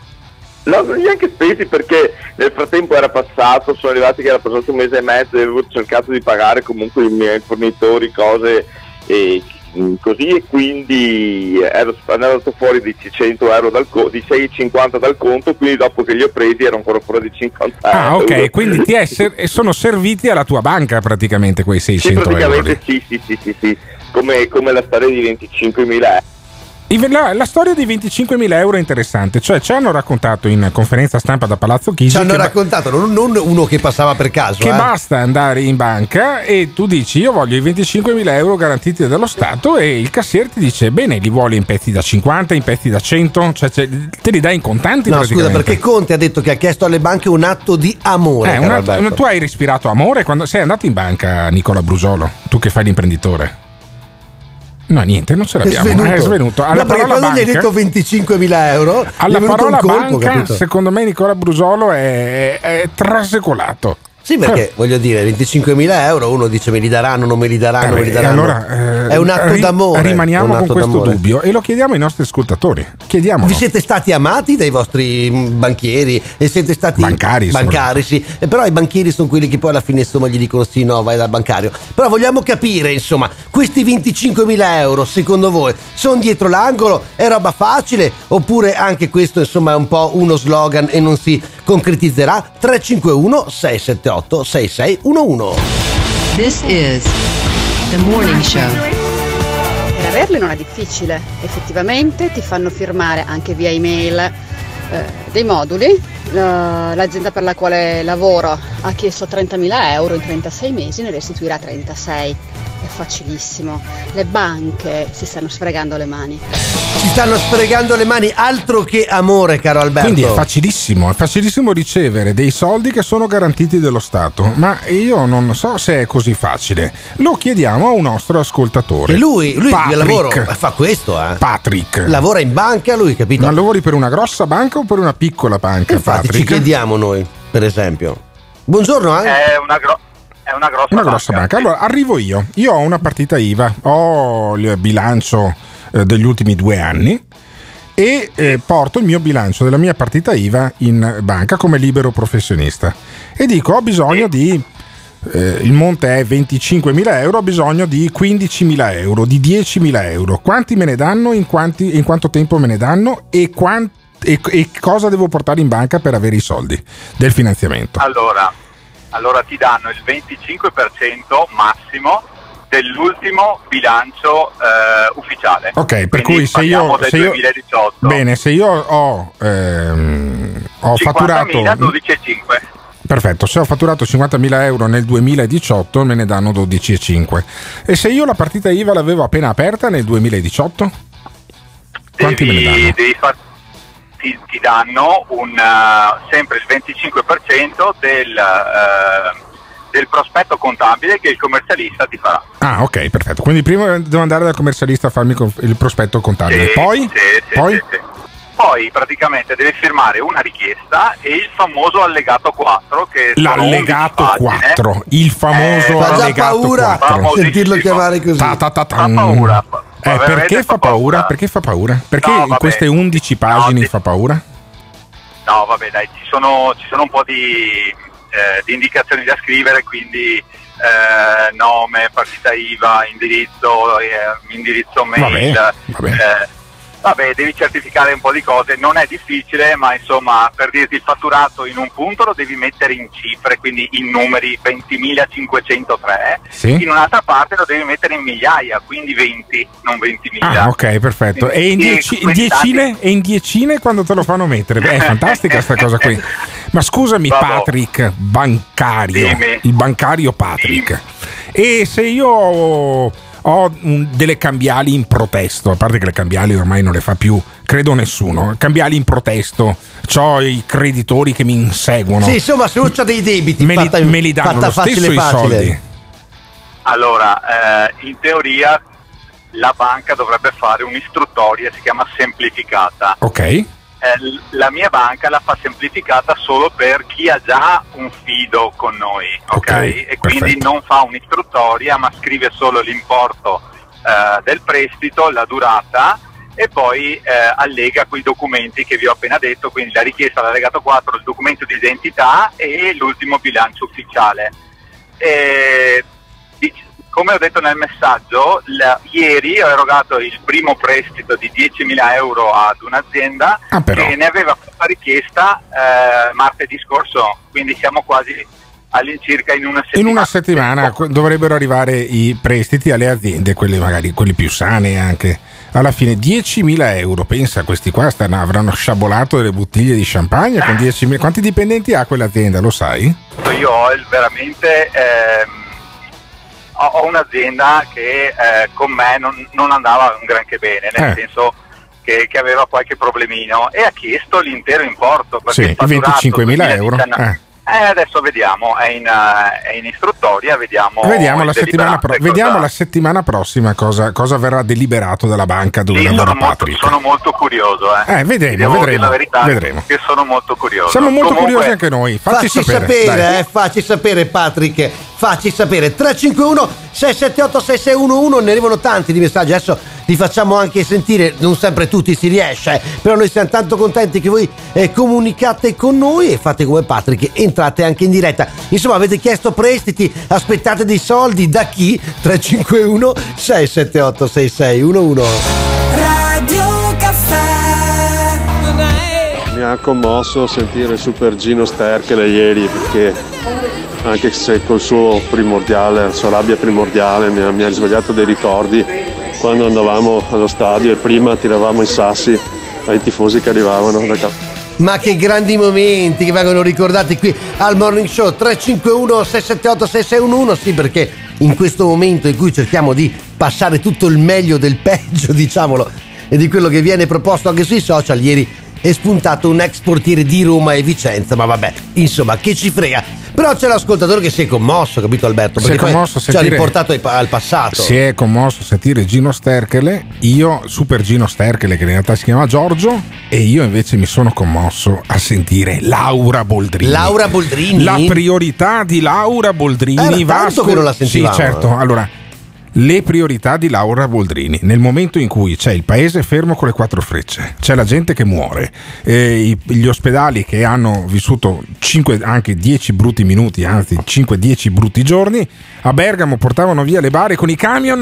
No, non li ho neanche spesi perché nel frattempo era passato, sono arrivati che era passato un mese e mezzo e avevo cercato di pagare comunque i miei fornitori, cose e così, e quindi ero andato fuori di 100 euro di 6,50 dal conto, quindi dopo che li ho presi ero ancora fuori di 50 euro. Ok, quindi sono serviti alla tua banca praticamente quei 600 euro. Praticamente sì, come la storia di 25.000 euro. La storia di 25.000 euro è interessante, cioè ci hanno raccontato in conferenza stampa da Palazzo Chigi. Ci hanno raccontato, non uno che passava per caso. Che basta andare in banca e tu dici io voglio i 25.000 euro garantiti dallo Stato e il cassiere ti dice bene, li vuole in pezzi da 50, in pezzi da 100, cioè te li dai in contanti. No, scusa, perché Conte ha detto che ha chiesto alle banche un atto di amore. Tu hai respirato amore quando sei andato in banca, Nicola Brugiolo, tu che fai l'imprenditore? No, niente, non ce l'abbiamo. È svenuto. Alla parola banca, gli hai detto 25.000 euro. Alla parola banca, secondo me, Nicola Brugiolo è trasecolato. Sì, perché voglio dire, 25.000 euro, uno dice me li daranno, non me li daranno, Allora, è un atto d'amore. Rimaniamo con questo dubbio e lo chiediamo ai nostri ascoltatori. Chiediamolo. Vi siete stati amati dai vostri banchieri e siete stati bancari, sì. E però i banchieri sono quelli che poi alla fine insomma gli dicono sì, no, vai dal bancario. Però vogliamo capire, insomma, questi 25.000 euro secondo voi sono dietro l'angolo? È roba facile? Oppure anche questo insomma è un po' uno slogan e non si concretizzerà? 351 678 6611. This is the morning show. Per averli non è difficile, effettivamente ti fanno firmare anche via email dei moduli. L'azienda per la quale lavoro ha chiesto 30.000 euro in 36 mesi, ne restituirà 36. È facilissimo. Le banche si stanno sfregando le mani. Altro che amore, caro Alberto. Quindi è facilissimo ricevere dei soldi che sono garantiti dallo Stato, ma io non so se è così facile. Lo chiediamo a un nostro ascoltatore. E lui il lavoro fa questo, Patrick. Lavora in banca, lui, capito? Ma lavori per una grossa banca o per una piccola banca? Infatti Patrick? Ci chiediamo noi, per esempio. Buongiorno, È una grossa banca. Allora, arrivo io ho una partita IVA, ho il bilancio degli ultimi 2 anni e porto il mio bilancio della mia partita IVA in banca come libero professionista e dico ho bisogno di il monte è 25.000 euro, ho bisogno di 15.000 euro, di 10.000 euro. Quanti me ne danno, in quanto tempo me ne danno e cosa devo portare in banca per avere i soldi del finanziamento? Allora ti danno il 25% massimo dell'ultimo bilancio ufficiale. Ok, per quindi cui se io 2018. Bene, se io ho fatturato 12,5. Perfetto, se ho fatturato 50.000 euro nel 2018 me ne danno 12,5. E se io la partita IVA l'avevo appena aperta nel 2018? Quanti me ne danno? Ti danno sempre il 25% del prospetto contabile che il commercialista ti farà. Ah, ok, perfetto. Quindi prima devo andare dal commercialista a farmi il prospetto contabile. Sì, Poi? Sì. Poi praticamente devi firmare una richiesta e il famoso allegato 4 che l'allegato 4, il famoso allegato 4. Sentirlo chiamare così. Fa paura. Perché fa paura? Perché fa paura? Perché in queste 11 pagine fa paura? No, vabbè, dai, ci sono un po' di indicazioni da scrivere, quindi nome, partita IVA, indirizzo mail. Vabbè, devi certificare un po' di cose, non è difficile, ma insomma, per dirti il fatturato in un punto lo devi mettere in cifre, quindi in numeri 20.503, sì. In un'altra parte lo devi mettere in migliaia, quindi 20, non 20.000. Ah, ok, perfetto. E in diecine quando te lo fanno mettere? È fantastica sta cosa qui. Ma scusami, Patrick, bancario, il bancario Patrick. E se io ho delle cambiali in protesto, a parte che le cambiali ormai non le fa più, credo nessuno, cambiali in protesto, c'ho i creditori che mi inseguono. Sì, insomma, se uno c'ha dei debiti, me li danno lo stesso i soldi. Allora, in teoria la banca dovrebbe fare un'istruttoria, si chiama semplificata. Ok. La mia banca la fa semplificata solo per chi ha già un fido con noi, ok? E quindi non fa un'istruttoria, ma scrive solo l'importo del prestito, la durata, e poi allega quei documenti che vi ho appena detto, quindi la richiesta, l'allegato 4, il documento di identità e l'ultimo bilancio ufficiale. Come ho detto nel messaggio, ieri ho erogato il primo prestito di 10.000 euro ad un'azienda che ne aveva fatto richiesta martedì scorso, quindi siamo quasi all'incirca in una settimana. In una settimana dovrebbero arrivare i prestiti alle aziende, quelli più sane anche. Alla fine 10.000 euro, pensa, questi qua avranno sciabolato delle bottiglie di champagne con 10.000. Quanti dipendenti ha quell'azienda, lo sai? Io ho veramente... ho un'azienda che con me non andava un granché bene, nel senso che aveva qualche problemino, e ha chiesto l'intero importo. Sì, i 25.000 euro. Adesso vediamo, è in istruttoria, vediamo la settimana prossima cosa verrà deliberato dalla banca dove lavora Patrick. Sono molto curioso. Vedremo. Che sono molto curioso. Siamo molto curiosi anche noi. Facci sapere, Patrick. Facci sapere. 351 678 6611. Ne arrivano tanti di messaggi. Adesso li facciamo anche sentire. Non sempre tutti si riesce, però noi siamo tanto contenti che voi comunicate con noi e fate come Patrick, entrate anche in diretta. Insomma, avete chiesto prestiti, aspettate dei soldi, da chi? 351 678 6611. Radio Caffè. Mi ha commosso sentire Super Gino Sterchele ieri, perché anche se col suo primordiale, la sua rabbia primordiale, mi ha risvegliato dei ricordi quando andavamo allo stadio e prima tiravamo i sassi ai tifosi che arrivavano da casa. Ma che grandi momenti che vengono ricordati qui al Morning Show. 351 678 6611. Sì, perché in questo momento in cui cerchiamo di passare tutto il meglio del peggio, diciamolo, e di quello che viene proposto anche sui social, ieri è spuntato un ex portiere di Roma e Vicenza, ma vabbè, insomma, che ci frega. Però c'è l'ascoltatore che si è commosso, capito Alberto? Perché poi ci ha riportato al passato. Si è commosso a sentire Gino Sterchele, io, Super Gino Sterchele, che in realtà si chiama Giorgio, e io invece mi sono commosso a sentire Laura Boldrini. Laura Boldrini? La priorità di Laura Boldrini va tanto che non la sentivamo. Sì, certo, allora... Le priorità di Laura Boldrini nel momento in cui c'è il paese fermo con le 4 frecce, c'è la gente che muore, gli ospedali che hanno vissuto 5, anche 10 brutti minuti, anzi 5-10 brutti giorni, a Bergamo portavano via le bare con i camion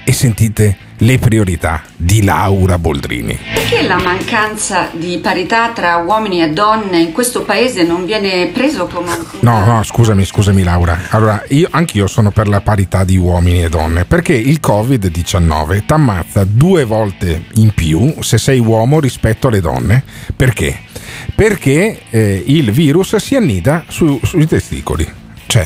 e sentite le priorità di Laura Boldrini. Perché la mancanza di parità tra uomini e donne in questo paese non viene preso come No, scusami Laura. Allora, anch'io sono per la parità di uomini e donne, perché il Covid-19 t'ammazza 2 volte in più se sei uomo rispetto alle donne. Perché? Perché il virus si annida sui testicoli. Cioè,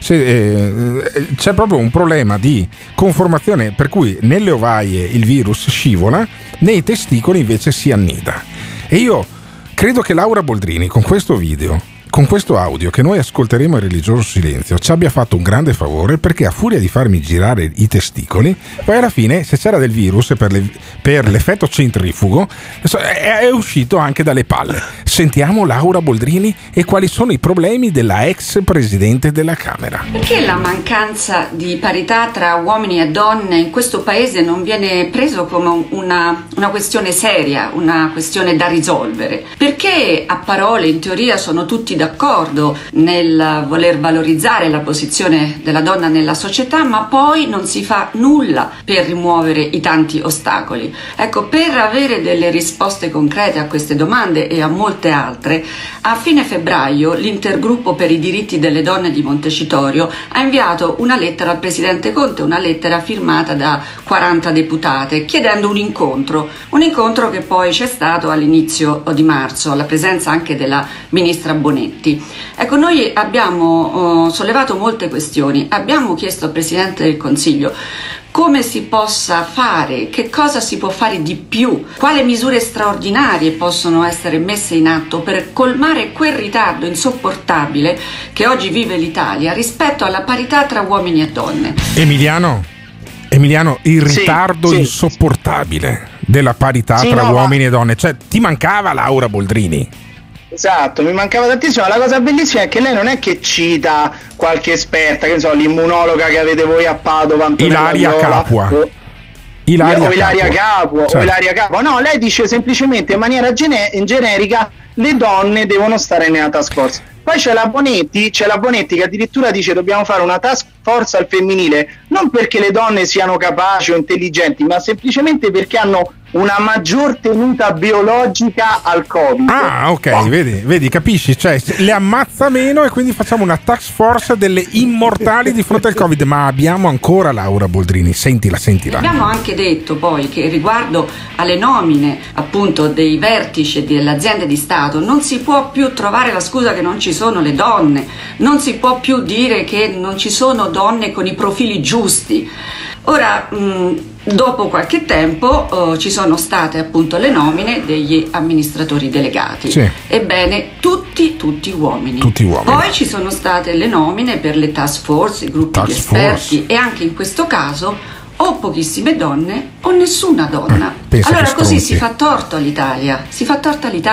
c'è proprio un problema di conformazione, per cui nelle ovaie il virus scivola, nei testicoli invece si annida. E io credo che Laura Boldrini con questo video, con questo audio che noi ascolteremo in religioso silenzio, ci abbia fatto un grande favore, perché a furia di farmi girare i testicoli, poi alla fine, se c'era del virus per l'effetto centrifugo, è uscito anche dalle palle. Sentiamo Laura Boldrini e quali sono i problemi della ex presidente della Camera. Perché la mancanza di parità tra uomini e donne in questo paese non viene preso come una questione seria, una questione da risolvere? Perché a parole, in teoria, sono tutti d'accordo nel voler valorizzare la posizione della donna nella società, ma poi non si fa nulla per rimuovere i tanti ostacoli? Ecco, per avere delle risposte concrete a queste domande e a molte altre, a fine febbraio l'Intergruppo per i diritti delle donne di Montecitorio ha inviato una lettera al Presidente Conte, una lettera firmata da 40 deputate, chiedendo un incontro che poi c'è stato all'inizio di marzo, alla presenza anche della Ministra Bonetti. Ecco, noi abbiamo sollevato molte questioni, abbiamo chiesto al Presidente del Consiglio come si possa fare, che cosa si può fare di più, quali misure straordinarie possono essere messe in atto per colmare quel ritardo insopportabile che oggi vive l'Italia rispetto alla parità tra uomini e donne. Emiliano, il ritardo insopportabile della parità tra uomini e donne, cioè ti mancava Laura Boldrini? Esatto, mi mancava tantissimo. La cosa bellissima è che lei non è che cita qualche esperta, che ne so, l'immunologa che avete voi a Padova, Ilaria Capua. Ilaria Capua. No, lei dice semplicemente in maniera generica: le donne devono stare nella task force. Poi c'è la Bonetti che addirittura dice dobbiamo fare una task force al femminile, non perché le donne siano capaci o intelligenti, ma semplicemente perché hanno una maggior tenuta biologica al Covid. Ah, ok, vedi, capisci? Cioè, le ammazza meno e quindi facciamo una task force delle immortali di fronte al Covid. Ma abbiamo ancora Laura Boldrini, sentila. Abbiamo anche detto poi che riguardo alle nomine appunto dei vertici delle aziende di Stato non si può più trovare la scusa che non ci sono le donne, non si può più dire che non ci sono donne con i profili giusti. Ora, dopo qualche tempo ci sono state appunto le nomine degli amministratori delegati. Sì. Ebbene, tutti uomini. Poi ci sono state le nomine per le task force, i gruppi di esperti, e anche in questo caso o pochissime donne o nessuna donna. Allora così si fa torto all'Italia, si fa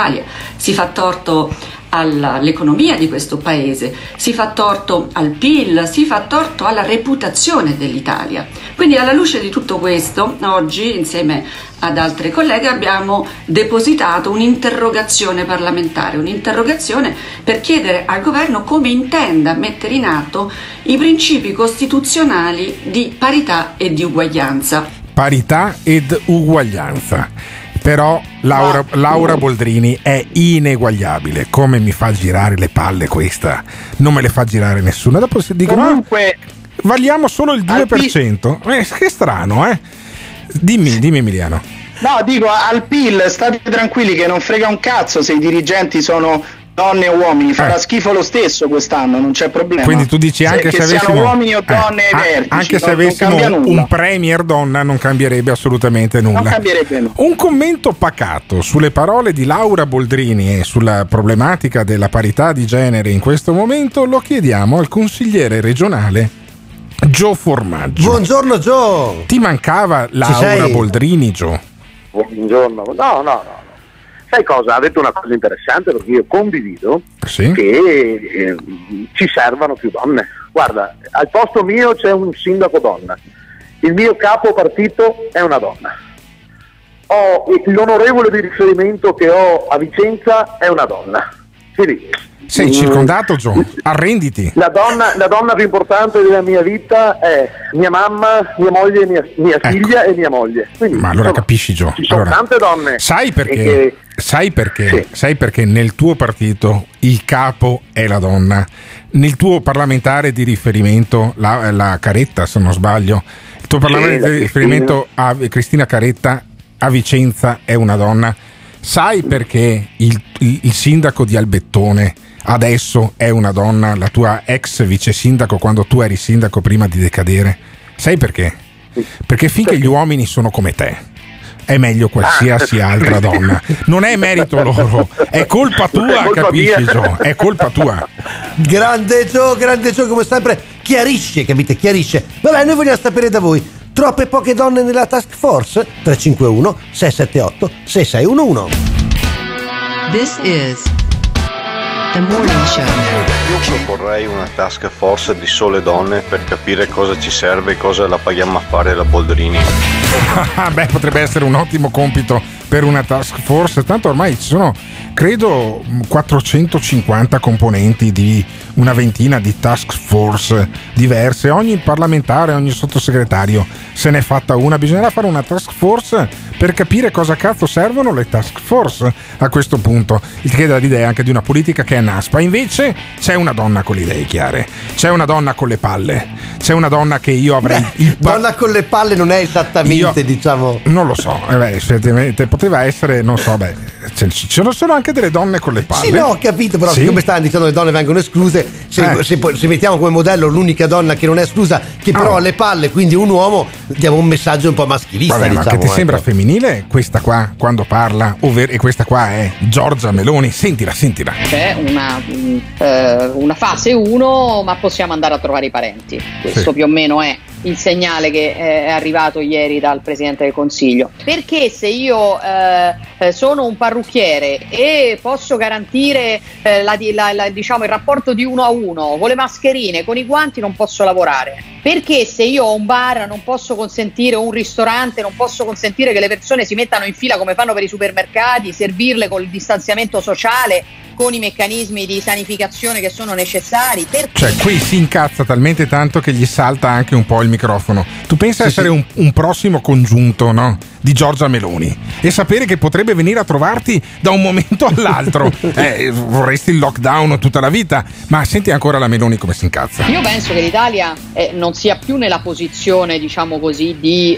torto all'economia di questo paese, si fa torto al PIL, si fa torto alla reputazione dell'Italia. Quindi alla luce di tutto questo, oggi insieme ad altre colleghe abbiamo depositato un'interrogazione parlamentare, un'interrogazione per chiedere al governo come intenda mettere in atto i principi costituzionali di parità e di uguaglianza. Parità ed uguaglianza. Però Laura Boldrini è ineguagliabile. Come mi fa girare le palle questa? Non me le fa girare nessuno. Dopo si dicono comunque valiamo solo il 2%. Che strano, eh? Dimmi Emiliano. No, dico, al PIL state tranquilli che non frega un cazzo se i dirigenti sono donne o uomini, farà schifo lo stesso quest'anno, non c'è problema. Quindi tu dici anche se avessimo siano uomini o donne ai vertici, anche se avessimo un premier donna non cambierebbe assolutamente nulla. Non cambierebbe nulla. Un commento pacato sulle parole di Laura Boldrini e sulla problematica della parità di genere in questo momento lo chiediamo al consigliere regionale Gio Formaggio. Buongiorno Gio. Ti mancava Laura Boldrini, Gio? Buongiorno. No. Sai cosa? Ha detto una cosa interessante, perché io condivido che ci servano più donne. Guarda, al posto mio c'è un sindaco donna, il mio capo partito è una donna, l'onorevole di riferimento che ho a Vicenza è una donna. Sei circondato, Gio, arrenditi. La donna più importante della mia vita è mia mamma, mia moglie, mia figlia e mia moglie. Quindi, ma allora capisci, Gio, ci sono tante donne. Sai perché? Sai perché nel tuo partito il capo è la donna, nel tuo parlamentare di riferimento la Caretta, se non sbaglio, il tuo parlamentare di riferimento a Cristina Caretta a Vicenza è una donna. Sai perché il sindaco di Albettone adesso è una donna, la tua ex vice sindaco quando tu eri sindaco prima di decadere? Sai perché? Perché finché gli uomini sono come te è meglio qualsiasi altra donna. Non è merito loro, è colpa tua, capisci, Gio? È colpa tua. Grande Gio, come sempre chiarisce, capite? Chiarisce. Vabbè, noi vogliamo sapere da voi: troppe poche donne nella task force? 351 678 6611. This is The Morning Show. Io proporrei una task force di sole donne per capire cosa ci serve e cosa la paghiamo a fare la Boldrini. Beh, potrebbe essere un ottimo compito per una task force, tanto ormai ci sono, credo, 450 componenti di una ventina di task force diverse. Ogni parlamentare, ogni sottosegretario se n'è fatta una. Bisognerà fare una task force per capire cosa cazzo servono le task force a questo punto, il che dà l'idea anche di una politica che è naspa. Invece c'è una donna con le idee chiare, c'è una donna con le palle, c'è una donna che io avrei... donna con le palle non è esattamente, diciamo... Non lo so, effettivamente poteva essere, non so, ci sono anche delle donne con le palle. Sì, no, ho capito, però siccome stanno dicendo le donne vengono escluse, se mettiamo come modello l'unica donna che non è esclusa, che però ha le palle, quindi un uomo, diamo un messaggio un po' maschilista. Vabbè, diciamo, ma che ti sembra femminile questa qua quando parla, e questa qua è Giorgia Meloni? Sentila. C'è una fase 1, ma possiamo andare a trovare i parenti. Questo più o meno è il segnale che è arrivato ieri dal Presidente del Consiglio. Perché se io sono un parrucchiere e posso garantire diciamo il rapporto di 1 a 1 con le mascherine, con i guanti, non posso lavorare? Perché se io ho un bar non posso consentire, un ristorante non posso consentire che le persone si mettano in fila come fanno per i supermercati, servirle col distanziamento sociale, con i meccanismi di sanificazione che sono necessari? Perché? Cioè, qui si incazza talmente tanto che gli salta anche un po' il microfono. Tu pensa essere un prossimo congiunto, no? Di Giorgia Meloni e sapere che potrebbe venire a trovarti da un momento all'altro. Vorresti il lockdown tutta la vita, ma senti ancora la Meloni come si incazza. Io penso che l'Italia non sia più nella posizione, diciamo così, di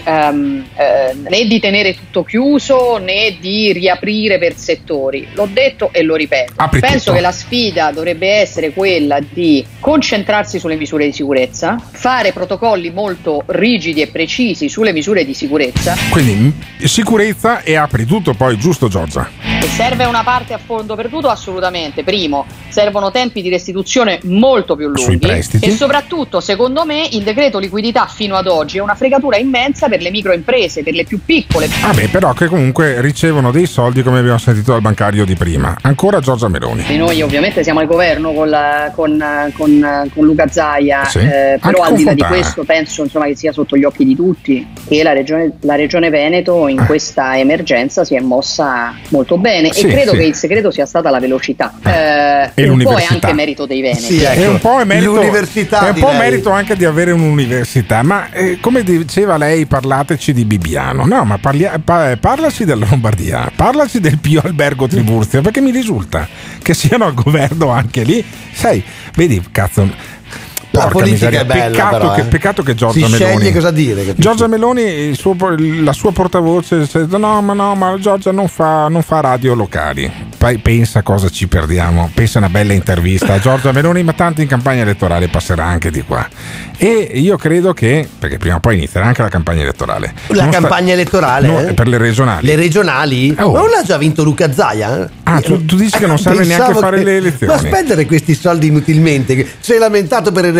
né di tenere tutto chiuso né di riaprire per settori. L'ho detto e lo ripeto. Penso che la sfida dovrebbe essere quella di concentrarsi sulle misure di sicurezza, fare protocolli molto rigidi e precisi sulle misure di sicurezza. Quindi sicurezza e apri tutto, poi, giusto, Giorgia? Se serve una parte a fondo perduto, assolutamente. Primo, servono tempi di restituzione molto più lunghi e soprattutto, secondo me, il decreto liquidità fino ad oggi è una fregatura immensa per le microimprese, per le più piccole. Però che comunque ricevono dei soldi, come abbiamo sentito dal bancario di prima. Ancora Giorgia Meloni. E noi ovviamente siamo al governo con Luca Zaia, però al di là di questo penso, insomma, che sia sotto gli occhi di tutti che la regione Veneto in questa emergenza si è mossa molto bene e credo che il segreto sia stata la velocità. E un po' è anche merito dei veneti. È un po' è merito anche di avere un'università, ma come diceva lei, parlateci di Bibbiano. No, ma parlaci della Lombardia, parlaci del Pio Albergo Tribuzio, perché mi risulta che siano al governo anche lì. Sai, vedi, cazzo, la politica miseria. È bella, peccato che Giorgia Meloni sceglie cosa dire, capisci? Giorgia Meloni, la sua portavoce, ma Giorgia non fa radio locali. Poi pensa cosa ci perdiamo, pensa una bella intervista a Giorgia Meloni, ma tanto in campagna elettorale passerà anche di qua. E io credo che, perché prima o poi inizierà anche la campagna elettorale. Elettorale? No, per le regionali. Le regionali? Ma non l'ha già vinto Luca Zaia? Tu dici che non serve neanche fare le elezioni. Ma spendere questi soldi inutilmente, si è lamentato per il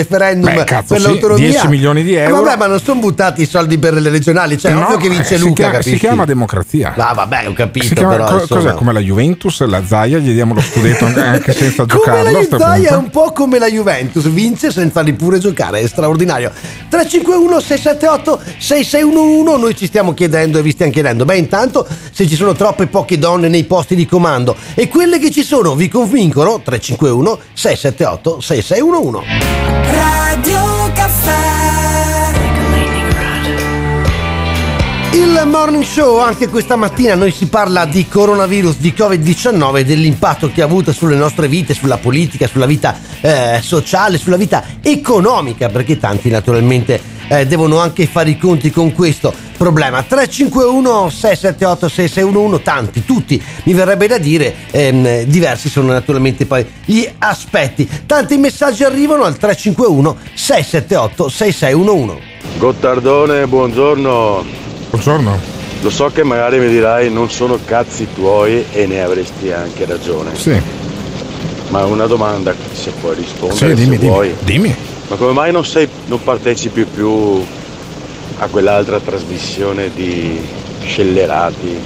referendum per l'autonomia. 10 milioni di euro. Vabbè, ma non sono buttati i soldi per le regionali, cioè ovvio che vince Luca, capisci? Si chiama democrazia. Vabbè, ho capito, però cos'è, come la Juventus, la Zaia, gli diamo lo scudetto anche senza giocare. Come la Zaia è un po' come la Juventus, vince senza neppure giocare, è straordinario. 351 678 6611, noi ci stiamo chiedendo e vi stiamo chiedendo, intanto se ci sono troppe poche donne nei posti di comando, e quelle che ci sono vi convincono? 351 678 6611. Radio Caffè. Il Morning Show, anche questa mattina noi si parla di coronavirus, di Covid-19 e dell'impatto che ha avuto sulle nostre vite, sulla politica, sulla vita sociale, sulla vita economica, perché tanti naturalmente devono anche fare i conti con questo problema. 351 678 6611, tanti, tutti, mi verrebbe da dire, diversi sono naturalmente poi gli aspetti. Tanti messaggi arrivano al 351 678 6611. Gottardone, buongiorno. Buongiorno. Lo so che magari mi dirai non sono cazzi tuoi e ne avresti anche ragione. Sì. Ma una domanda, se puoi rispondere, sì, vuoi. Dimmi. Ma come mai non partecipi più a quell'altra trasmissione di scellerati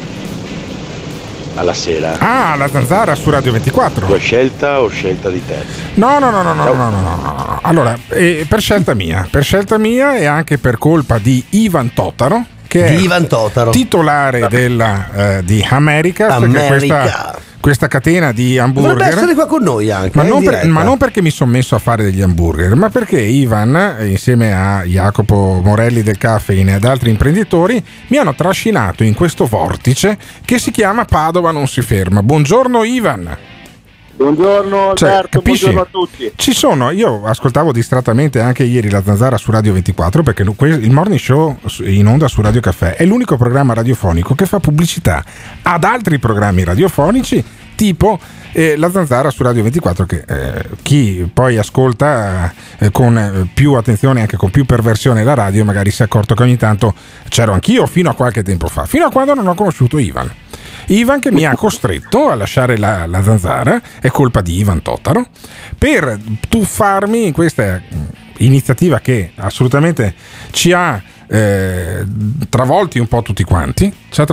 alla sera? Ah, la Zanzara su Radio 24. Tua scelta o scelta di terzi? No. Allora, per scelta mia e anche per colpa di Ivan Totaro, che è titolare di Americas, che è questa catena di hamburger. Dovrebbe essere qua con noi anche. Ma non perché mi sono messo a fare degli hamburger, ma perché Ivan, insieme a Jacopo Morelli del Caffeine e ad altri imprenditori, mi hanno trascinato in questo vortice che si chiama Padova non si ferma. Buongiorno Ivan. Buongiorno Alberto, buongiorno a tutti. Io ascoltavo distrattamente anche ieri la Zanzara su Radio 24, perché il Morning Show in onda su Radio Caffè è l'unico programma radiofonico che fa pubblicità ad altri programmi radiofonici, tipo la Zanzara su Radio 24, che chi poi ascolta con più attenzione, anche con più perversione la radio, magari si è accorto che ogni tanto c'ero anch'io fino a qualche tempo fa, fino a quando non ho conosciuto Ivan che mi ha costretto a lasciare la Zanzara. È colpa di Ivan Totaro, per tuffarmi in questa iniziativa che assolutamente ci ha travolti un po' tutti quanti,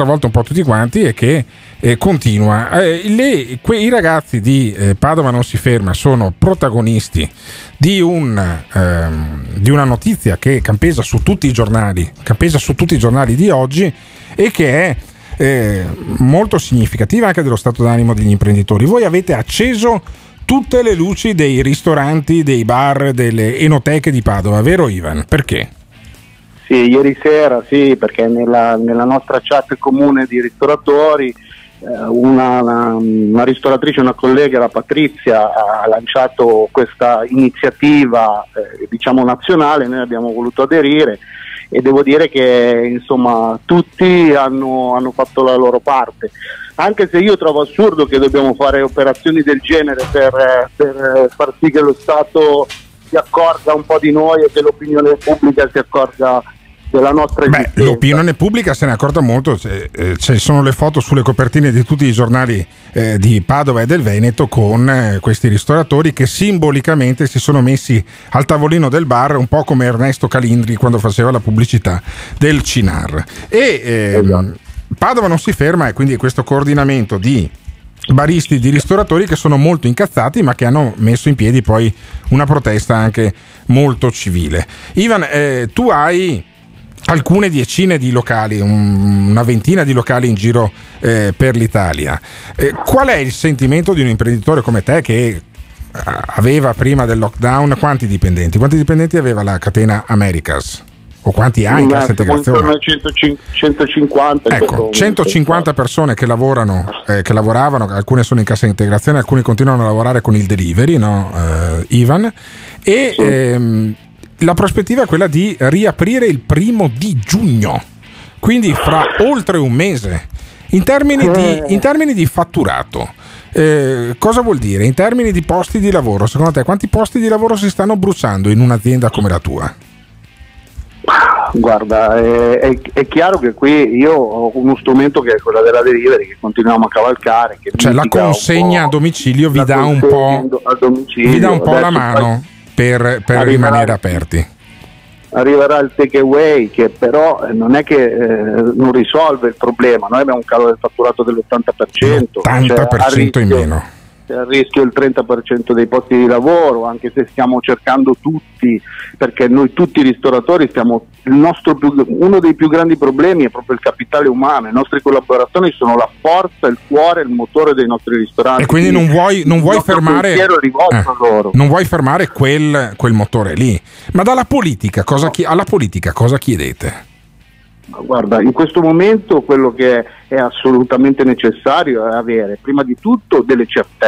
e che continua. I ragazzi di Padova non si ferma sono protagonisti di una notizia che campeggia su tutti i giornali di oggi, e che è molto significativa anche dello stato d'animo degli imprenditori. Voi avete acceso tutte le luci dei ristoranti, dei bar, delle enoteche di Padova, vero Ivan? Perché? Sì, ieri sera sì, perché nella nostra chat comune di ristoratori una ristoratrice, una collega, la Patrizia, ha lanciato questa iniziativa nazionale. Noi abbiamo voluto aderire e devo dire che insomma tutti hanno fatto la loro parte, anche se io trovo assurdo che dobbiamo fare operazioni del genere per far sì che lo Stato si accorga un po' di noi e che l'opinione pubblica si accorga della nostra esistenza. L'opinione pubblica se ne accorga molto, ci sono le foto sulle copertine di tutti i giornali di Padova e del Veneto con questi ristoratori che simbolicamente si sono messi al tavolino del bar, un po' come Ernesto Calindri quando faceva la pubblicità del Cinar. Padova non si ferma, e quindi questo coordinamento di baristi, di ristoratori che sono molto incazzati, ma che hanno messo in piedi poi una protesta anche molto civile. Ivan, tu hai alcune decine di locali, una ventina di locali in giro per l'Italia. Qual è il sentimento di un imprenditore come te, che aveva prima del lockdown quanti dipendenti? Quanti dipendenti aveva la catena Americas? O quanti ha in cassa integrazione? 150. Ecco, 150 persone che lavoravano, alcune sono in cassa integrazione, alcuni continuano a lavorare con il delivery, no, Ivan? E sì. La prospettiva è quella di riaprire il 1 giugno, quindi fra oltre un mese. In termini di fatturato, cosa vuol dire? In termini di posti di lavoro, secondo te quanti posti di lavoro si stanno bruciando in un'azienda come la tua? Guarda, è chiaro che qui io ho uno strumento che è quello della delivery, che continuiamo a cavalcare, che cioè la consegna a domicilio vi dà un po' la mano. per rimanere aperti. Arriverà il take away, che però non è che non risolve il problema. Noi abbiamo un calo del fatturato dell'80%, 80% in meno. C'è a rischio il 30% dei posti di lavoro, anche se stiamo cercando tutti, perché noi tutti i ristoratori stiamo, uno dei più grandi problemi è proprio il capitale umano. I nostri collaboratori sono la forza, il cuore, il motore dei nostri ristoranti. E quindi non vuoi fermare, loro. Non vuoi fermare quel motore lì. Ma alla politica cosa chiedete? Guarda, in questo momento quello che è assolutamente necessario è avere prima di tutto delle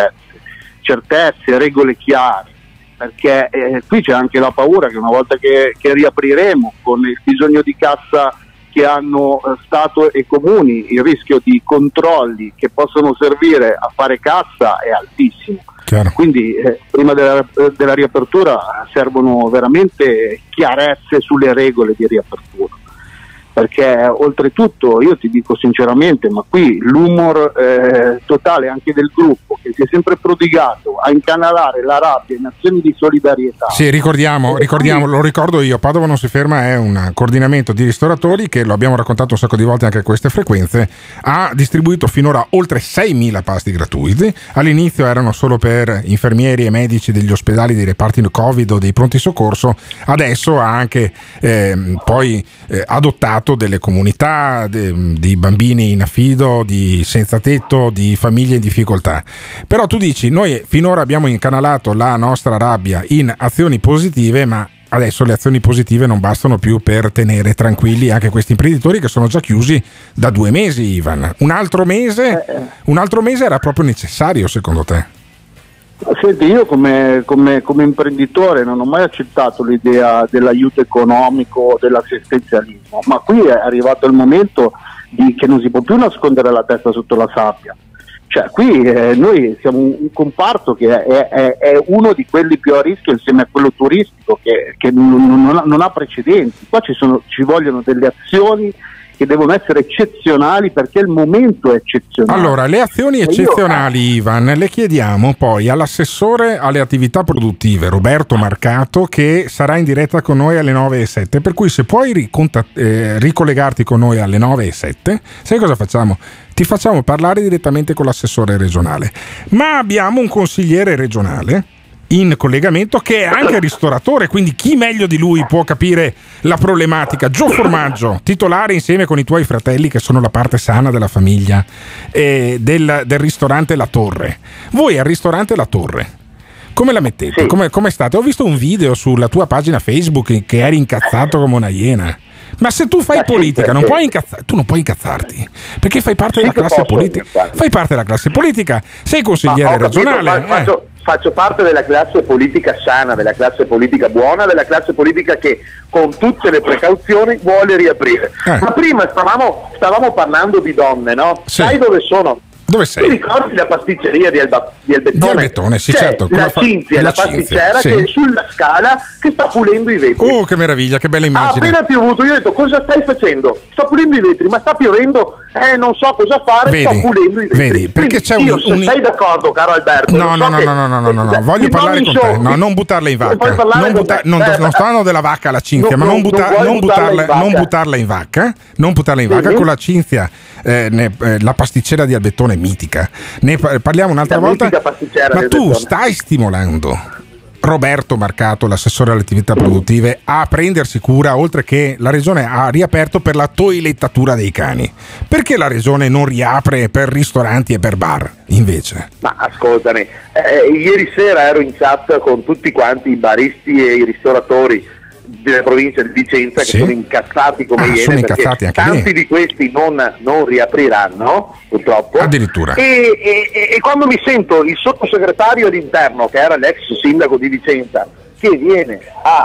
certezze, regole chiare, perché qui c'è anche la paura che una volta che riapriremo con il bisogno di cassa che hanno Stato e comuni, il rischio di controlli che possono servire a fare cassa è altissimo. Chiaro. Quindi prima della riapertura servono veramente chiarezze sulle regole di riapertura, perché oltretutto io ti dico sinceramente, ma qui l'umor totale anche del gruppo, che si è sempre prodigato a incanalare la rabbia in azioni di solidarietà. Sì, ricordiamo, lo ricordo io, Padova non si ferma è un coordinamento di ristoratori che, lo abbiamo raccontato un sacco di volte anche a queste frequenze, ha distribuito finora oltre 6.000 pasti gratuiti. All'inizio erano solo per infermieri e medici degli ospedali, dei reparti Covid o dei pronti soccorso, adesso ha anche poi adottato delle comunità di bambini in affido, di senza tetto, di famiglie in difficoltà. Però tu dici, noi finora abbiamo incanalato la nostra rabbia in azioni positive, ma adesso le azioni positive non bastano più per tenere tranquilli anche questi imprenditori che sono già chiusi da 2 mesi, Ivan. Un altro mese era proprio necessario, secondo te? Senti, io come imprenditore non ho mai accettato l'idea dell'aiuto economico, dell'assistenzialismo, ma qui è arrivato il momento che non si può più nascondere la testa sotto la sabbia. Cioè qui noi siamo un comparto che è uno di quelli più a rischio insieme a quello turistico che non ha precedenti. Qua ci vogliono delle azioni che devono essere eccezionali, perché il momento è eccezionale. Allora, le azioni eccezionali, Ivan, le chiediamo poi all'assessore alle attività produttive Roberto Marcato, che sarà in diretta con noi alle 9:07, per cui se puoi ricollegarti con noi alle 9:07, sai cosa facciamo? Ti facciamo parlare direttamente con l'assessore regionale, ma abbiamo un consigliere regionale in collegamento che è anche ristoratore, quindi chi meglio di lui può capire la problematica? Gio Formaggio, titolare insieme con i tuoi fratelli, che sono la parte sana della famiglia, del ristorante La Torre. Voi al ristorante La Torre come la mettete? Sì. Come state? Ho visto un video sulla tua pagina Facebook che eri incazzato come una iena. Ma se tu fai politica, non puoi tu non puoi incazzarti, perché fai parte della classe politica. Fai parte della classe politica, sei consigliere regionale. Faccio parte della classe politica sana, della classe politica buona, della classe politica che con tutte le precauzioni vuole riaprire. Ma prima stavamo parlando di donne, no? Sì. Sai dove sono? Dove sei? Tu ricordi la pasticceria di Albettone? Di Albettone, sì, certo. La Cinzia, la pasticcera, sì, che è sulla scala che sta pulendo i vetri. Oh, che meraviglia, che bella immagine. Ha appena piovuto, io ho detto, cosa stai facendo? Sto pulendo i vetri, ma sta piovendo, non so cosa fare, sto pulendo i vetri. Vedi, perché c'è sei d'accordo, caro Alberto? No, voglio parlare con te. No, non buttarla in vacca. Non stanno della vacca la Cinzia, ma non buttarla in vacca. Non buttarla in vacca con la Cinzia, la pasticcera di Albettone mitica. Ne parliamo un'altra volta. Ma tu stai stimolando Roberto Marcato, l'assessore alle attività produttive, a prendersi cura, oltre che la regione ha riaperto per la toilettatura dei cani. Perché la regione non riapre per ristoranti e per bar invece? Ma ascoltami, ieri sera ero in chat con tutti quanti i baristi e i ristoratori della provincia di Vicenza, che sono incazzati come iene, perché tanti di questi non riapriranno purtroppo, addirittura. E quando mi sento il sottosegretario all'interno, che era l'ex sindaco di Vicenza, che viene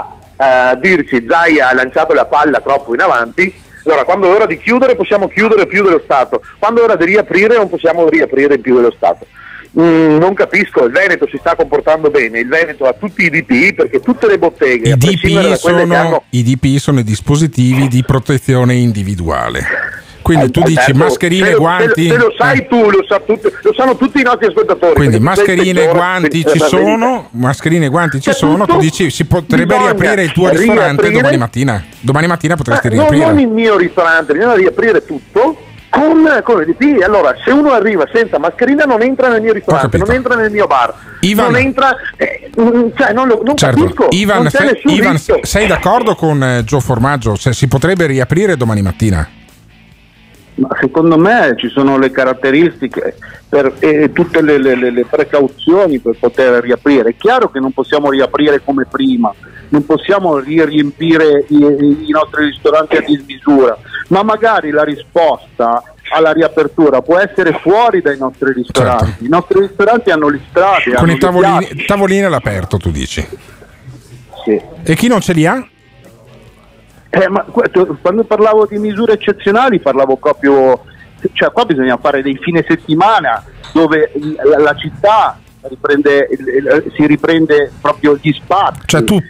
a dirci Zaia ha lanciato la palla troppo in avanti, allora quando è ora di chiudere possiamo chiudere più dello Stato, quando è ora di riaprire non possiamo riaprire più dello Stato. Non capisco, il Veneto si sta comportando bene, il Veneto ha tutti i DPI, perché tutte le botteghe, i DPI sono i dispositivi di protezione individuale. Quindi tu dici mascherine, guanti. Se lo sai tu, lo sanno tutti i nostri ascoltatori. Quindi mascherine, guanti ci sono, mascherine e guanti ci sono. Tu dici si potrebbe riaprire il tuo ristorante domani mattina. Domani mattina potresti riaprire. Non il mio ristorante, bisogna riaprire tutto con l'EDP. Allora, se uno arriva senza mascherina non entra nel mio ristorante, non entra nel mio bar, Ivan, non entra, non capisco. Ivan, sei d'accordo con Gio Formaggio? Se si potrebbe riaprire domani mattina? Ma secondo me ci sono le caratteristiche e tutte le precauzioni per poter riaprire. È chiaro che non possiamo riaprire come prima, non possiamo riempire i nostri ristoranti a dismisura, ma magari la risposta alla riapertura può essere fuori dai nostri ristoranti. Certo. I nostri ristoranti hanno le strade, con i tavolini all'aperto, tu dici? Sì. E chi non ce li ha? Ma quando parlavo di misure eccezionali parlavo proprio, cioè qua bisogna fare dei fine settimana dove la città si riprende proprio gli spazi. Cioè tu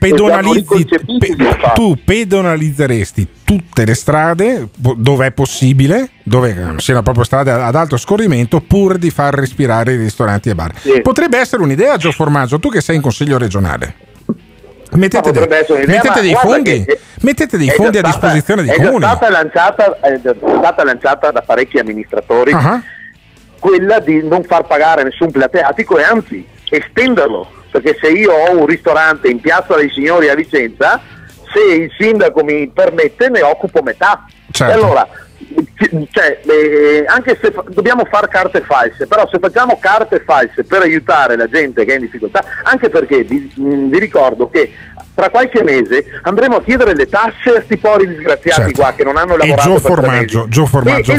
pedonalizzeresti tutte le strade dove è possibile, dove siano proprio strade ad alto scorrimento, pur di far respirare i ristoranti e bar. Sì. Potrebbe essere un'idea, Gio Formaggio, tu che sei in consiglio regionale. Mettete dei fondi a disposizione dei comuni. È stata lanciata da parecchi amministratori quella di non far pagare nessun plateatico e anzi estenderlo, perché se io ho un ristorante in Piazza dei Signori a Vicenza, se il sindaco mi permette ne occupo metà. Certo. E allora anche se dobbiamo fare carte false, però se facciamo carte false per aiutare la gente che è in difficoltà, anche perché vi ricordo che tra qualche mese andremo a chiedere le tasse a sti poveri disgraziati qua che non hanno lavorato Gio Formaggio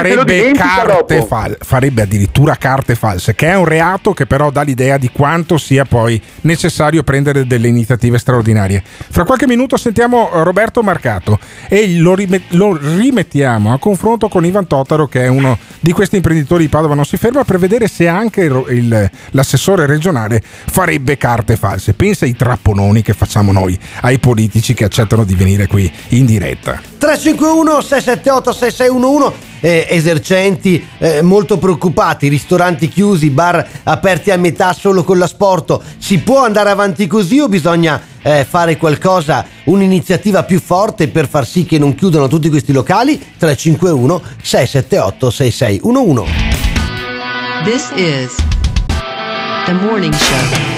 farebbe addirittura carte false, che è un reato che però dà l'idea di quanto sia poi necessario prendere delle iniziative straordinarie. Fra qualche minuto sentiamo Roberto Marcato e lo rimettiamo a confronto con Ivan Totaro, che è uno di questi imprenditori di Padova non si ferma, per vedere se anche l'assessore regionale farebbe carte false. Pensa ai trappononi che facciamo noi ai politici che accettano di venire qui in diretta. 351 678 6611. Esercenti molto preoccupati, ristoranti chiusi, bar aperti a metà solo con l'asporto. Si può andare avanti così o bisogna fare qualcosa, un'iniziativa più forte per far sì che non chiudano tutti questi locali? 351 678 6611. This is The Morning Show.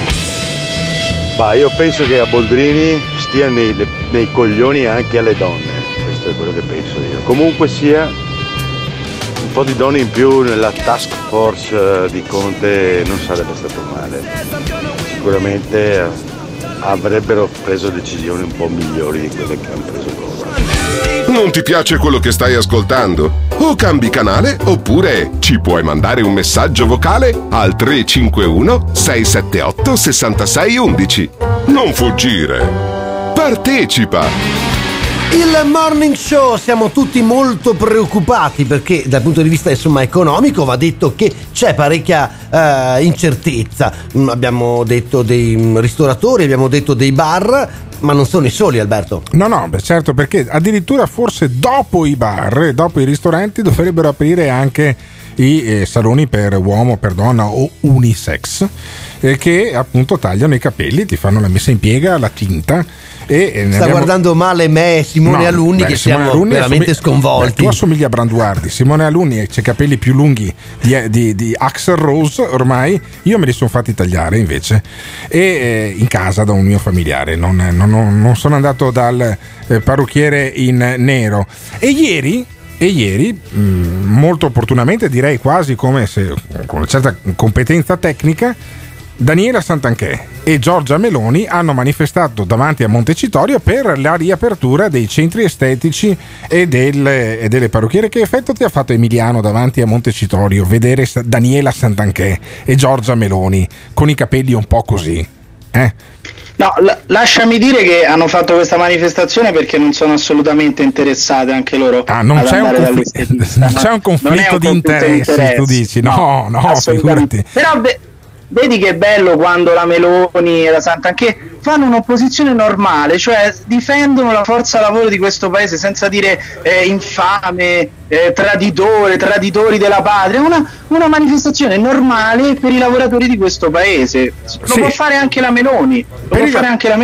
Ma io penso che a Boldrini stia nei coglioni anche alle donne, questo è quello che penso io. Comunque sia, un po' di donne in più nella task force di Conte non sarebbe stato male. Sicuramente avrebbero preso decisioni un po' migliori di quelle che hanno preso loro. Non ti piace quello che stai ascoltando? O cambi canale oppure ci puoi mandare un messaggio vocale al 351 678 6611. Non fuggire. Partecipa. Il Morning Show, siamo tutti molto preoccupati perché dal punto di vista insomma economico va detto che c'è parecchia incertezza. Abbiamo detto dei ristoratori, abbiamo detto dei bar, ma non sono i soli, Alberto. No, certo, perché addirittura forse dopo i bar e dopo i ristoranti dovrebbero aprire anche i saloni per uomo, per donna o unisex, che appunto tagliano i capelli, ti fanno la messa in piega, la tinta. Sta guardando male me, Simone Alunni, che siamo Alunni veramente sconvolti. Tu assomigli a Branduardi. Simone Alunni c'ha i capelli più lunghi di Axl Rose ormai. Io me li sono fatti tagliare invece e in casa da un mio familiare. Non sono andato dal parrucchiere in nero. E ieri, molto opportunamente, direi quasi come se con una certa competenza tecnica, Daniela Santanchè e Giorgia Meloni hanno manifestato davanti a Montecitorio per la riapertura dei centri estetici e delle parrucchiere. Che effetto ti ha fatto, Emiliano, davanti a Montecitorio vedere Daniela Santanchè e Giorgia Meloni con i capelli un po' così? No, lasciami dire che hanno fatto questa manifestazione perché non sono assolutamente interessate anche loro. Non c'è un conflitto di interessi, tu dici? No, figurati. vedi che bello quando la Meloni e la Santanchè fanno un'opposizione normale, cioè difendono la forza lavoro di questo paese senza dire infame, traditori della patria, una manifestazione normale per i lavoratori di questo paese. Lo può fare anche la Meloni, per i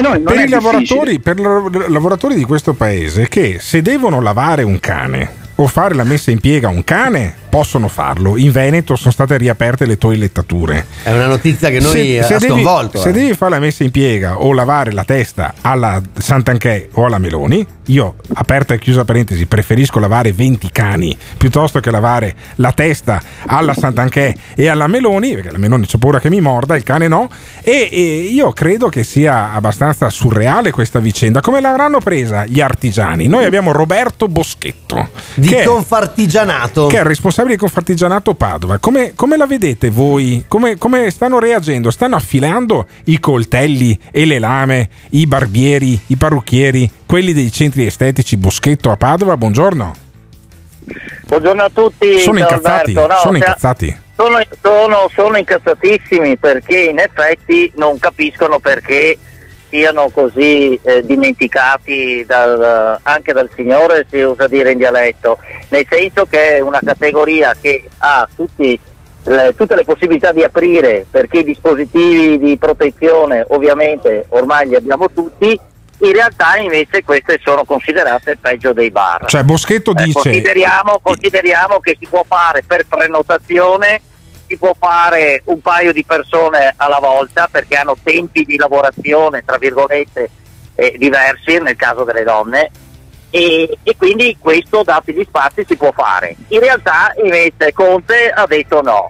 lavoratori di questo paese, che se devono lavare un cane o fare la messa in piega a un cane possono farlo. In Veneto sono state riaperte le toilettature. È una notizia che noi ha sconvolto. Se devi fare la messa in piega o lavare la testa alla Santanchè o alla Meloni, io, aperta e chiusa parentesi, preferisco lavare 20 cani piuttosto che lavare la testa alla Santanchè e alla Meloni, perché la Meloni c'ho paura che mi morda, il cane no, e io credo che sia abbastanza surreale questa vicenda. Come l'avranno presa gli artigiani? Noi abbiamo Roberto Boschetto di Confartigianato, che è il responsabile di Confartigianato Padova. Come la vedete voi? Come stanno reagendo? Stanno affilando i coltelli e le lame i barbieri, i parrucchieri, quelli dei centri estetici Boschetto a Padova? Buongiorno. Buongiorno a tutti. Sono incazzati? Sono incazzati? Sono incazzatissimi, perché in effetti non capiscono perché siano così dimenticati anche dal Signore, si usa dire in dialetto, nel senso che è una categoria che ha tutte le possibilità di aprire, perché i dispositivi di protezione ovviamente ormai li abbiamo tutti. In realtà invece queste sono considerate peggio dei bar. Cioè Boschetto dice consideriamo che si può fare per prenotazione, si può fare un paio di persone alla volta, perché hanno tempi di lavorazione tra virgolette diversi nel caso delle donne, e quindi questo, dati gli spazi, si può fare. In realtà invece Conte ha detto no.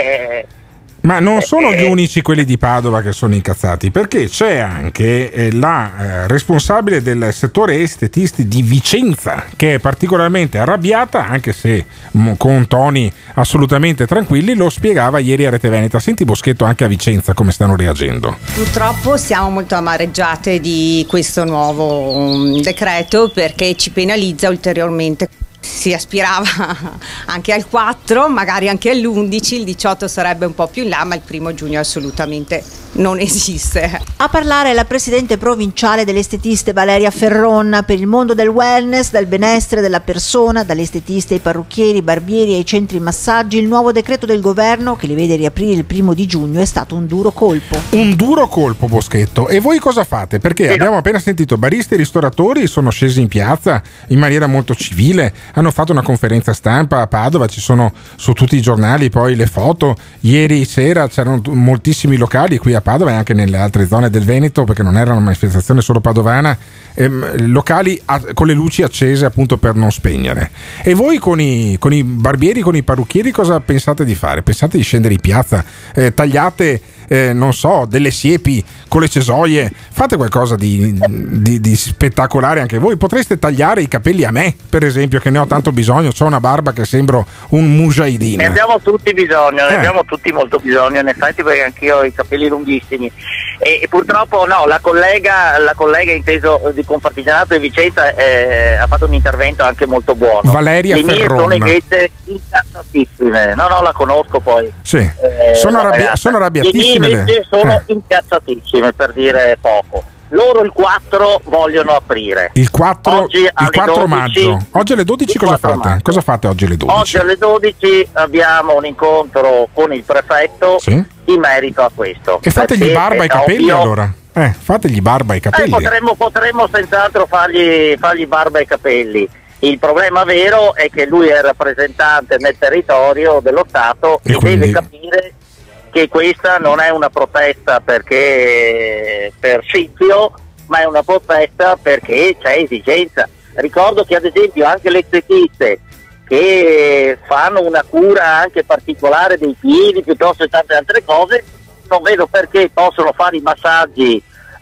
Ma non sono gli unici quelli di Padova che sono incazzati, perché c'è anche la responsabile del settore estetisti di Vicenza, che è particolarmente arrabbiata, anche se con toni assolutamente tranquilli. Lo spiegava ieri a Rete Veneta. Senti Boschetto anche a Vicenza come stanno reagendo. Purtroppo siamo molto amareggiate di questo nuovo decreto, perché ci penalizza ulteriormente. Si aspirava anche al 4, magari anche all'11, il 18 sarebbe un po' più in là, ma il 1 giugno assolutamente non esiste. A parlare la presidente provinciale delle estetiste Valeria Ferron. Per il mondo del wellness, del benessere della persona, dalle estetiste ai parrucchieri, barbieri e ai centri massaggi, il nuovo decreto del governo, che li vede riaprire il 1 di giugno, è stato un duro colpo. Un duro colpo, Boschetto. E voi cosa fate? Perché abbiamo appena sentito baristi e ristoratori sono scesi in piazza in maniera molto civile, hanno fatto una conferenza stampa a Padova, ci sono su tutti i giornali poi le foto. Ieri sera c'erano moltissimi locali qui a Padova e anche nelle altre zone del Veneto, perché non era una manifestazione solo padovana, locali con le luci accese appunto per non spegnere. E voi con i barbieri, con i parrucchieri cosa pensate di fare? Pensate di scendere in piazza? Tagliate non so, delle siepi con le cesoie, fate qualcosa di spettacolare anche voi. Potreste tagliare i capelli a me, per esempio, che ne ho tanto bisogno, ho una barba che sembro un mujahideen. Ne abbiamo tutti bisogno, ne abbiamo tutti molto bisogno, in effetti, perché anch'io ho i capelli lunghissimi e purtroppo no, la collega inteso di Confartigianato e Vicenza ha fatto un intervento anche molto buono. Valeria Ferron. Le mie sono invece incazzatissime, no, la conosco poi. Sì, sono arrabbiatissime. Sono incazzatissime, per dire poco. Loro il 4 vogliono aprire. Il 4 maggio. Oggi alle 12 cosa fate? Maggio. Cosa fate oggi alle 12? Oggi alle 12 abbiamo un incontro con il prefetto in merito a questo. E fategli barba ai capelli allora? Fategli barba ai capelli. Potremmo senz'altro fargli barba ai capelli. Il problema vero è che lui è rappresentante nel territorio dello Stato e deve capire che questa non è una protesta perché per Scipio, ma è una protesta perché c'è esigenza. Ricordo che ad esempio anche le estetiste che fanno una cura anche particolare dei piedi piuttosto che tante altre cose, non vedo perché possono fare i massaggi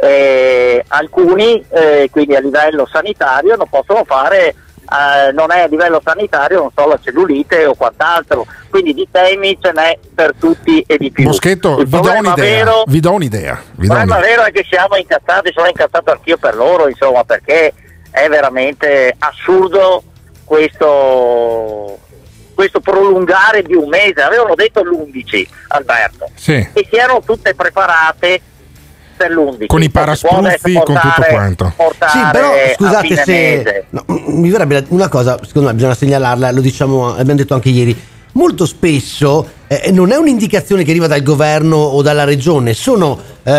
alcuni, quindi a livello sanitario non possono fare. Non è a livello sanitario, non so, la cellulite o quant'altro, quindi di temi ce n'è per tutti e di più. Boschetto, vi do un'idea. Il problema vero è che siamo incazzati, sono incazzato anch'io per loro, insomma, perché è veramente assurdo questo questo prolungare di un mese, avevano detto l'11, Alberto, sì. E si erano tutte preparate per l'11 con i paraspruzzi, con tutto quanto. Sì, però scusate se mi verrebbe una cosa, secondo me bisogna segnalarla, lo diciamo, abbiamo detto anche ieri. Molto spesso non è un'indicazione che arriva dal governo o dalla regione, sono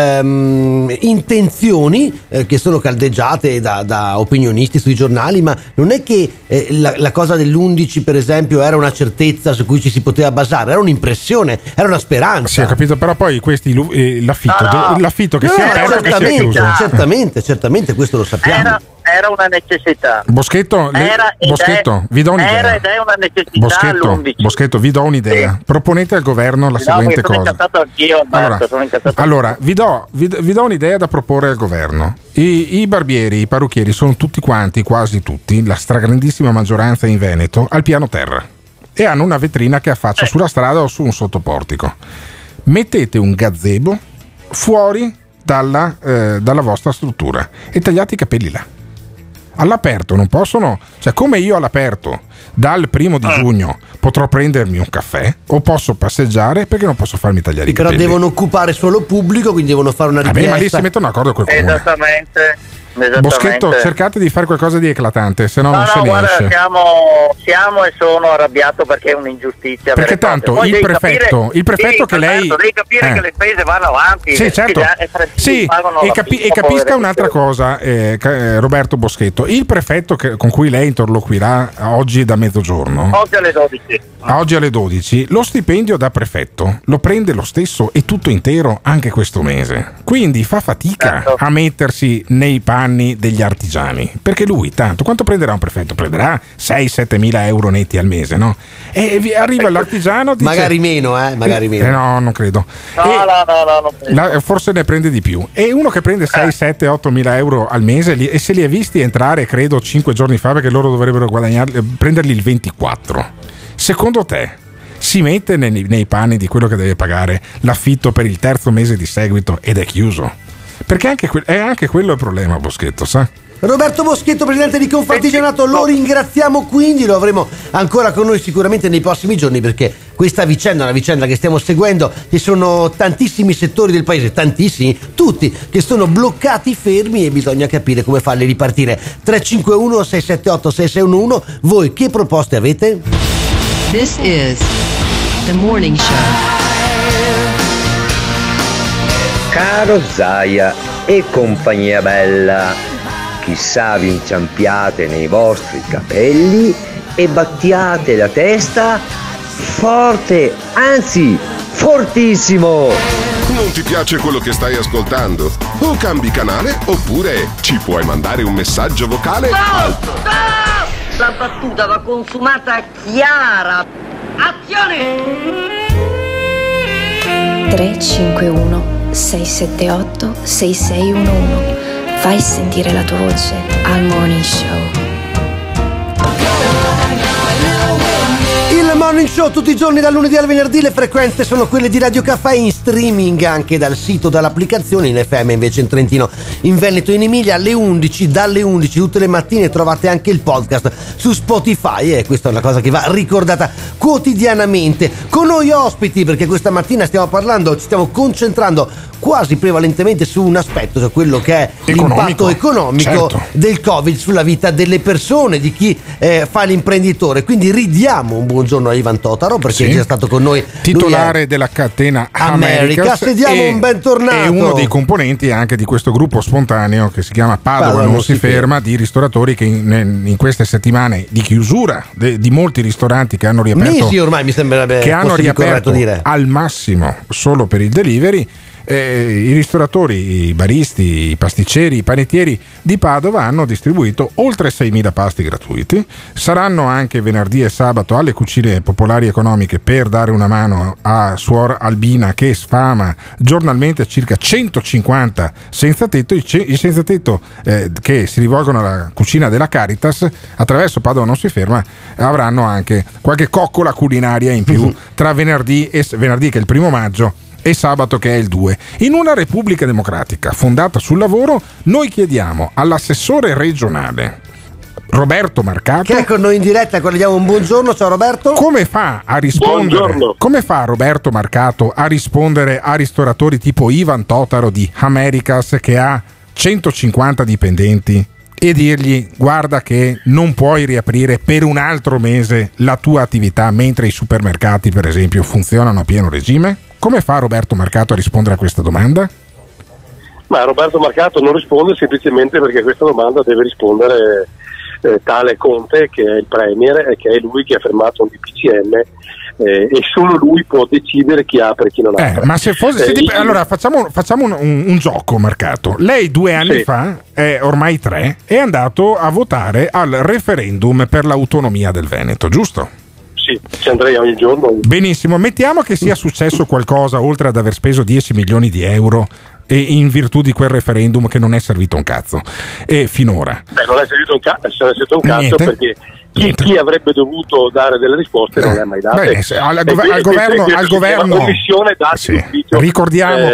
intenzioni che sono caldeggiate da opinionisti sui giornali, ma non è che la cosa dell'11 per esempio era una certezza su cui ci si poteva basare, era un'impressione, era una speranza. Sì, ho capito, però poi questi l'affitto che si è aperto, che si è chiuso. Certamente questo lo sappiamo. Era una necessità. Boschetto, vi do un'idea. Era ed è una necessità l'11. Boschetto, vi do un'idea. Sì. Proponete al governo la seguente cosa. Sono incazzato anch'io, Alberto, allora vi do un'idea da proporre al governo. I barbieri, i parrucchieri sono tutti quanti, quasi tutti, la stragrandissima maggioranza in Veneto, al piano terra. E hanno una vetrina che affaccia sulla strada o su un sottoportico. Mettete un gazebo fuori dalla vostra struttura e tagliate i capelli là. All'aperto non possono, cioè come io all'aperto dal 1° di giugno potrò prendermi un caffè o posso passeggiare, perché non posso farmi tagliare i capelli. Però devono occupare solo pubblico, quindi devono fare una richiesta. Ma lì si mettono d'accordo col comune. Esattamente. Boschetto, cercate di fare qualcosa di eclatante, se no non se ne esce. Siamo e sono arrabbiato perché è un'ingiustizia. Perché tanto il prefetto che lei devi capire che le spese vanno avanti. Sì, certo. Sì, e capisca un'altra cosa, Roberto Boschetto. Il prefetto con cui lei interloquirà oggi da mezzogiorno. Oggi alle 12 lo stipendio da prefetto lo prende lo stesso e tutto intero anche questo mese. Quindi fa fatica a mettersi nei panni degli artigiani, perché lui tanto quanto prenderà un prefetto? Prenderà 6-7 mila euro netti al mese, no? E arriva l'artigiano, dice, magari meno. No, non credo. No. Forse ne prende di più. E uno che prende 6-7-8 mila euro al mese e se li ha visti entrare credo 5 giorni fa, perché loro dovrebbero prenderli il 24. Secondo te si mette nei panni di quello che deve pagare l'affitto per il 3° mese di seguito ed è chiuso? Perché è anche quello il problema, Boschetto, sa? Roberto Boschetto, presidente di Confartigianato, lo ringraziamo, quindi lo avremo ancora con noi sicuramente nei prossimi giorni, perché questa vicenda è una vicenda che stiamo seguendo. Ci sono tantissimi settori del paese, tantissimi, tutti che sono bloccati, fermi, e bisogna capire come farli ripartire. 351 678 6611, voi che proposte avete? This is The Morning Show. Caro Zaia e compagnia bella, chissà vi inciampiate nei vostri capelli e battiate la testa forte, anzi fortissimo. Non ti piace quello che stai ascoltando? O cambi canale oppure ci puoi mandare un messaggio vocale? La battuta va consumata chiara. Azione! 351 678 6611. Fai sentire la tua voce al Morning Show. Il Morning Show tutti i giorni dal lunedì al venerdì. Le frequenze sono quelle di Radio Caffè, in streaming anche dal sito, dall'applicazione. In FM invece in Trentino, in Veneto e in Emilia alle 11, dalle 11 tutte le mattine trovate anche il podcast su Spotify, e questa è una cosa che va ricordata quotidianamente. Con noi ospiti, perché questa mattina ci stiamo concentrando quasi prevalentemente su un aspetto, cioè quello che è l'impatto economico, certo, del Covid sulla vita delle persone, di chi fa l'imprenditore. Quindi ridiamo un buongiorno a Ivan Totaro, perché è già stato con noi, titolare della catena Americas, diamo un bentornato. È uno dei componenti anche di questo gruppo spontaneo che si chiama Padova non si ferma, di ristoratori che in queste settimane di chiusura di molti ristoranti che hanno riaperto, mesi ormai mi sembra, che hanno riaperto al massimo solo per il delivery. I ristoratori, i baristi, i pasticceri, i panettieri di Padova hanno distribuito oltre 6.000 pasti gratuiti. Saranno anche venerdì e sabato alle cucine popolari economiche per dare una mano a Suor Albina, che sfama giornalmente circa 150 senza tetto. I senza tetto che si rivolgono alla cucina della Caritas attraverso Padova non si ferma avranno anche qualche coccola culinaria in più tra venerdì che è il 1 maggio e sabato che è il 2. In una Repubblica democratica fondata sul lavoro, noi chiediamo all'assessore regionale Roberto Marcato, che è con noi in diretta, diamo un buongiorno. Ciao Roberto. Come fa a rispondere? Buongiorno. Come fa Roberto Marcato a rispondere a ristoratori tipo Ivan Totaro di Americas, che ha 150 dipendenti, e dirgli: guarda che non puoi riaprire per un altro mese la tua attività mentre i supermercati, per esempio, funzionano a pieno regime? Come fa Roberto Marcato a rispondere a questa domanda? Ma Roberto Marcato non risponde semplicemente perché a questa domanda deve rispondere tale Conte, che è il Premier e che è lui che ha firmato un DPCM, e solo lui può decidere chi apre e chi non apre. Ma se fosse allora facciamo un gioco, Marcato. Lei 2 anni fa, ormai 3, è andato a votare al referendum per l'autonomia del Veneto, giusto? Sì, ci andrei ogni giorno. Benissimo, mettiamo che sia successo qualcosa oltre ad aver speso 10 milioni di euro e in virtù di quel referendum che non è servito un cazzo finora. Non è servito un cazzo perché chi avrebbe dovuto dare delle risposte non le ha mai date. Al governo ricordiamo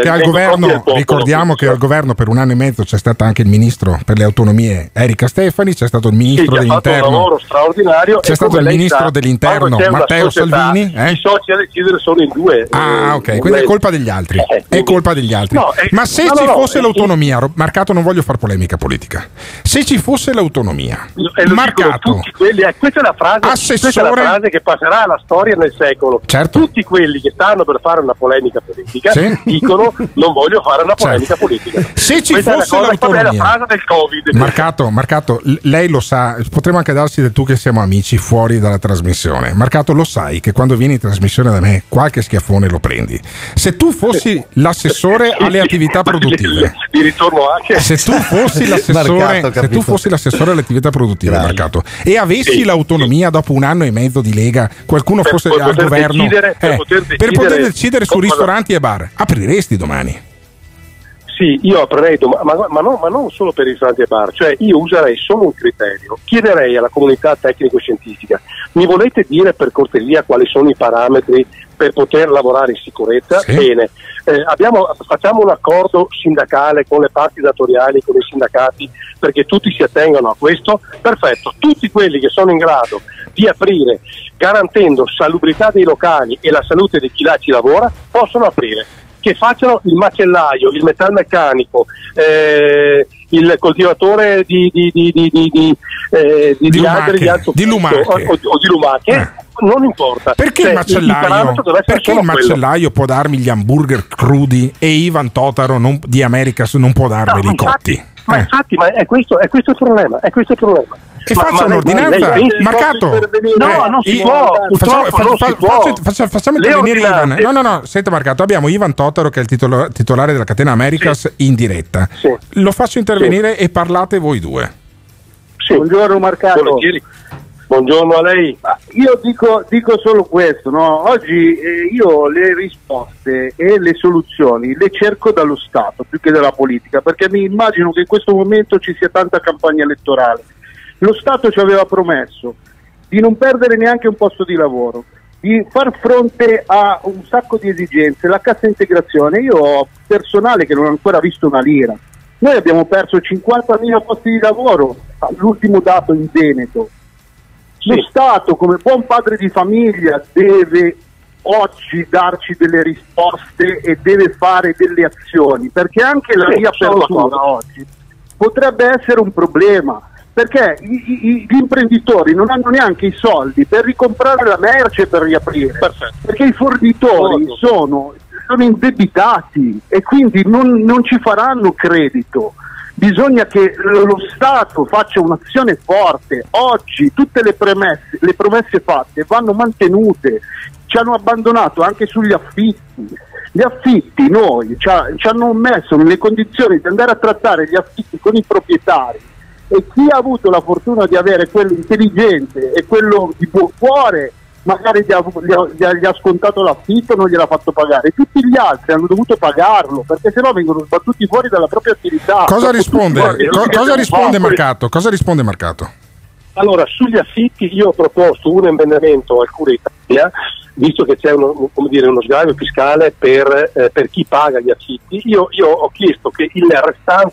che al governo per un anno e mezzo c'è stato anche il ministro per le autonomie Erika Stefani, c'è stato il ministro dell'interno, un lavoro straordinario, c'è stato il ministro dell'interno Matteo Salvini. I soci a decidere sono in 2. Ok, quindi è colpa degli altri. È colpa degli altri. Ma se ci fosse l'autonomia, Marcato, non voglio fare polemica politica. Se ci fosse l'autonomia, Marcato, questa è la frase che passerà alla storia nel secolo. Certo. Tutti quelli che stanno per fare una polemica politica dicono: non voglio fare una polemica politica. Se ci fosse l'autonomia, è la frase del Covid. Marcato, lei lo sa, potremmo anche darci del tu che siamo amici fuori dalla trasmissione. Marcato, lo sai che quando vieni in trasmissione da me qualche schiaffone lo prendi. Se tu fossi l'assessore alle attività produttive, di ritorno anche. Se tu fossi l'assessore alle attività produttive, Marcato, e avessi l'autonomia dopo un anno e mezzo di Lega, qualcuno fosse al governo per poter decidere su ristoranti e bar, apriresti domani? Sì, io aprirei domani, ma non solo per i ristoranti e bar, cioè io userei solo un criterio, chiederei alla comunità tecnico-scientifica: mi volete dire per cortesia quali sono i parametri per poter lavorare in sicurezza? Sì. Bene, facciamo un accordo sindacale con le parti datoriali, con i sindacati, perché tutti si attengano a questo. Perfetto, tutti quelli che sono in grado di aprire garantendo salubrità dei locali e la salute di chi là ci lavora possono aprire. Che facciano il macellaio, il metalmeccanico, il coltivatore di lumache o di lumache, non importa. Perché il macellaio può darmi gli hamburger crudi e Ivan Totaro di Americas non può darmeli cotti? Infatti, è questo il problema. E faccia un'ordinanza, Marcato. Non si può. Facciamo intervenire Ivan. No, senta Marcato, abbiamo Ivan Totaro che è il titolare della catena Americas in diretta. Sì. Lo faccio intervenire e parlate voi due. Sì. Buongiorno Marcato. Buongiorno a lei. Io dico solo questo, no? Oggi io le risposte e le soluzioni le cerco dallo Stato più che dalla politica, perché mi immagino che in questo momento ci sia tanta campagna elettorale. Lo Stato ci aveva promesso di non perdere neanche un posto di lavoro, di far fronte a un sacco di esigenze, la cassa integrazione. Io ho personale che non ha ancora visto una lira. Noi abbiamo perso 50.000 posti di lavoro all'ultimo dato in Veneto. Lo Stato, come buon padre di famiglia, deve oggi darci delle risposte e deve fare delle azioni, perché anche la riapertura oggi potrebbe essere un problema, perché gli imprenditori non hanno neanche i soldi per ricomprare la merce per riaprire. Perfetto. Perché i fornitori sono indebitati e quindi non ci faranno credito. Bisogna che lo Stato faccia un'azione forte. Oggi tutte le promesse fatte vanno mantenute. Ci hanno abbandonato anche sugli affitti. Gli affitti ci hanno messo nelle condizioni di andare a trattare gli affitti con i proprietari, e chi ha avuto la fortuna di avere quello intelligente e quello di buon cuore magari gli ha scontato l'affitto, non gliel'ha fatto pagare. Tutti gli altri hanno dovuto pagarlo, perché sennò vengono sbattuti fuori dalla propria attività. Cosa risponde Marcato? Cosa risponde Marcato? Allora, sugli affitti io ho proposto un emendamento al Cura Italia, visto che c'è uno sgravio fiscale per chi paga gli affitti. Io ho chiesto che il restante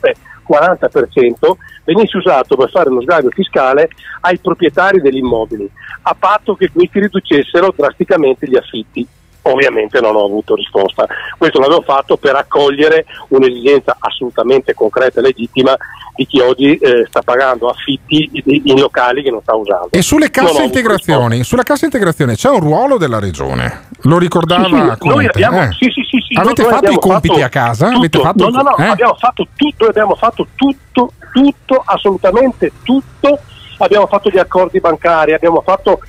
40% venisse usato per fare uno sgravio fiscale ai proprietari degli immobili, a patto che questi riducessero drasticamente gli affitti. Ovviamente non ho avuto risposta. Questo l'avevo fatto per accogliere un'esigenza assolutamente concreta e legittima di chi oggi sta pagando affitti in locali che non sta usando. E sulla cassa integrazione c'è un ruolo della regione, lo ricordava Conte. Noi abbiamo, avete fatto i compiti a casa? Tutto. Abbiamo fatto tutto, assolutamente tutto. Abbiamo fatto gli accordi bancari, abbiamo fatto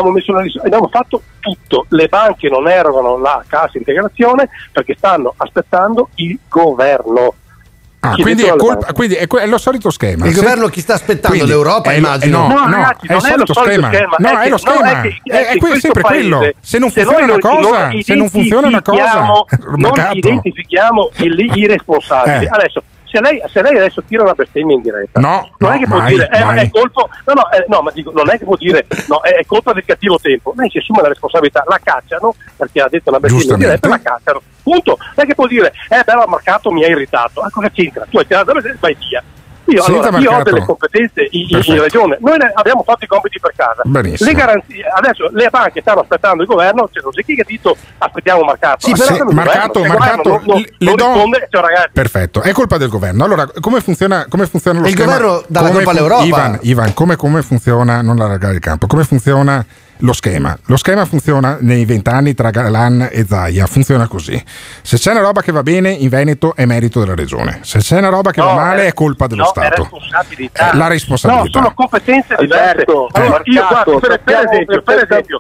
tutto. Le banche non erogano la cassa integrazione perché stanno aspettando il governo. Quindi è lo solito schema. Il governo chi sta aspettando? Quindi L'Europa, immagino. No, ragazzi, è il solito schema. No, è lo schema. È sempre quello. Se non funziona una cosa, non identifichiamo i responsabili. Adesso, se lei adesso tira una bestemmia in diretta, non è che può dire è colpa, non è che può dire è colpa del cattivo tempo. Lei si assume la responsabilità, la cacciano perché ha detto una bestemmia in diretta, la cacciano. Punto. Non è che può dire però il mercato mi ha irritato. Cosa c'entra? Tu hai tirato la bestemmia, vai via. Io ho delle competenze in regione, noi abbiamo fatto i compiti per casa. Benissimo. Le garanzie, adesso le banche stanno aspettando il governo, non c'è chi che ha detto aspettiamo Marcato. Marcato non risponde, ragazzi. Perfetto, è colpa del governo. Allora, come funziona lo schema? Il governo dà la colpa all'Europa. Ivan, come funziona, non allargare il campo, come funziona lo schema? Lo schema funziona nei 20 anni tra Galan e Zaia, funziona così: se c'è una roba che va bene in Veneto è merito della regione, se c'è una roba che va male è colpa dello Stato. È responsabilità. La responsabilità. No, sono competenze diverse. Allora, io per esempio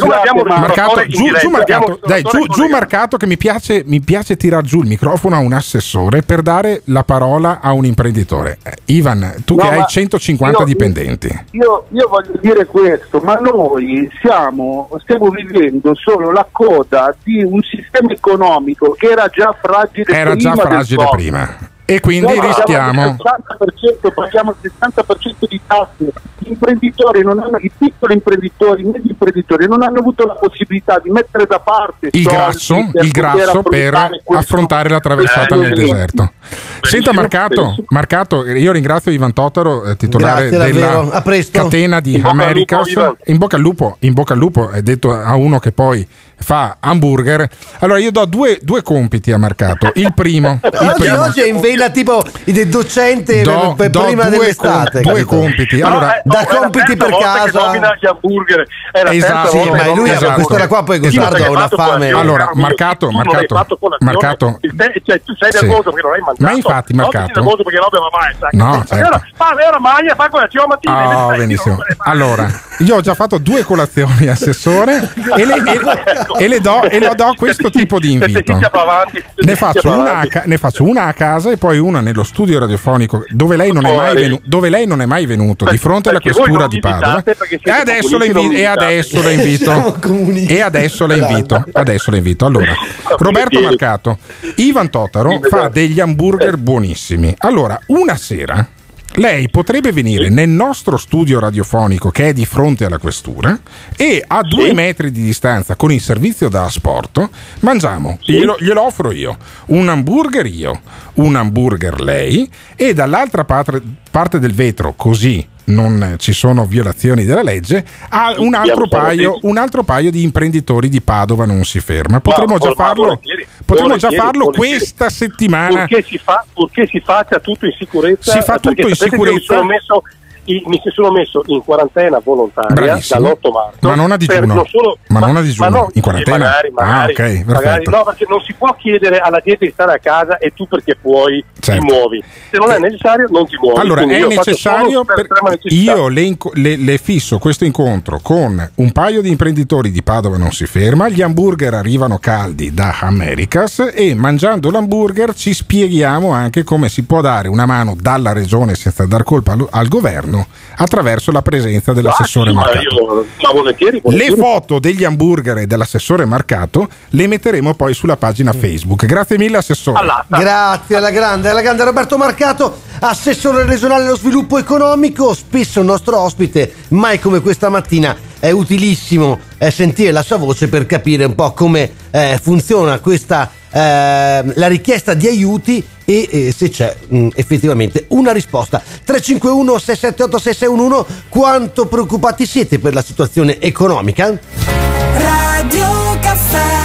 Marcato che mi piace tirar giù il microfono a un assessore per dare la parola a un imprenditore. Ivan, tu che hai 150 dipendenti. Io voglio dire questo, ma noi stiamo vivendo solo la coda di un sistema economico che era già fragile prima. E quindi rischiamo. Paghiamo il 60% di tasse. Gli imprenditori non hanno, i piccoli imprenditori, i medi imprenditori non hanno avuto la possibilità di mettere da parte il grasso per affrontare la traversata nel deserto. Senta Marcato, io ringrazio Ivan Totaro, titolare della catena di Americas. In bocca al lupo, è detto a uno che poi fa hamburger. Allora io do due compiti a Marcato. Il primo oggi è in vena tipo il docente prima dell'estate. Due compiti. Allora, da compiti per casa. Gli hamburger. Esatto, ma lui ha quest'ora qua poi guarda una fame. Allora, Marcato. Tu sei nervoso perché non hai mangiato. Ma infatti Marcato. Sei nervoso perché l'opera va mai. No, certo. Allora maglia, fa colazione mattina. Benissimo. Allora, io ho già fatto 2 colazioni, assessore, e le do questo tipo di invito. Ne faccio una a casa e poi una nello studio radiofonico dove lei non è mai venuto, di fronte alla questura di Padova. E adesso la invito. Allora, Roberto Marcato, Ivan Totaro fa degli hamburger buonissimi. Allora, una sera lei potrebbe venire nel nostro studio radiofonico che è di fronte alla questura e a 2 metri di distanza con il servizio da asporto mangiamo, glielo offro io, un hamburger lei e dall'altra parte del vetro, così non ci sono violazioni della legge, a un altro paio di imprenditori di Padova non si ferma. Potremmo già farlo questa settimana. Purché si faccia tutto in sicurezza. Si fa tutto in sicurezza. Mi sono messo in quarantena volontaria dall'8 marzo. Ma non a digiuno. In quarantena? Magari, perfetto. No, perché non si può chiedere alla gente di stare a casa e tu perché puoi ti muovi. Se non è necessario non ti muovi. Allora è necessario, io le fisso questo incontro con un paio di imprenditori di Padova non si ferma, gli hamburger arrivano caldi da Americas e mangiando l'hamburger ci spieghiamo anche come si può dare una mano dalla regione senza dar colpa al governo attraverso la presenza dell'assessore Marcato. Le foto degli hamburger e dell'assessore Marcato le metteremo poi sulla pagina Facebook. Grazie mille assessore. Grazie alla grande Roberto Marcato, assessore regionale allo sviluppo economico, spesso il nostro ospite, mai come questa mattina è utilissimo sentire la sua voce per capire un po' come funziona questa la richiesta di aiuti e se c'è effettivamente una risposta. 351 678 6611. Quanto preoccupati siete per la situazione economica? Radio Caffè.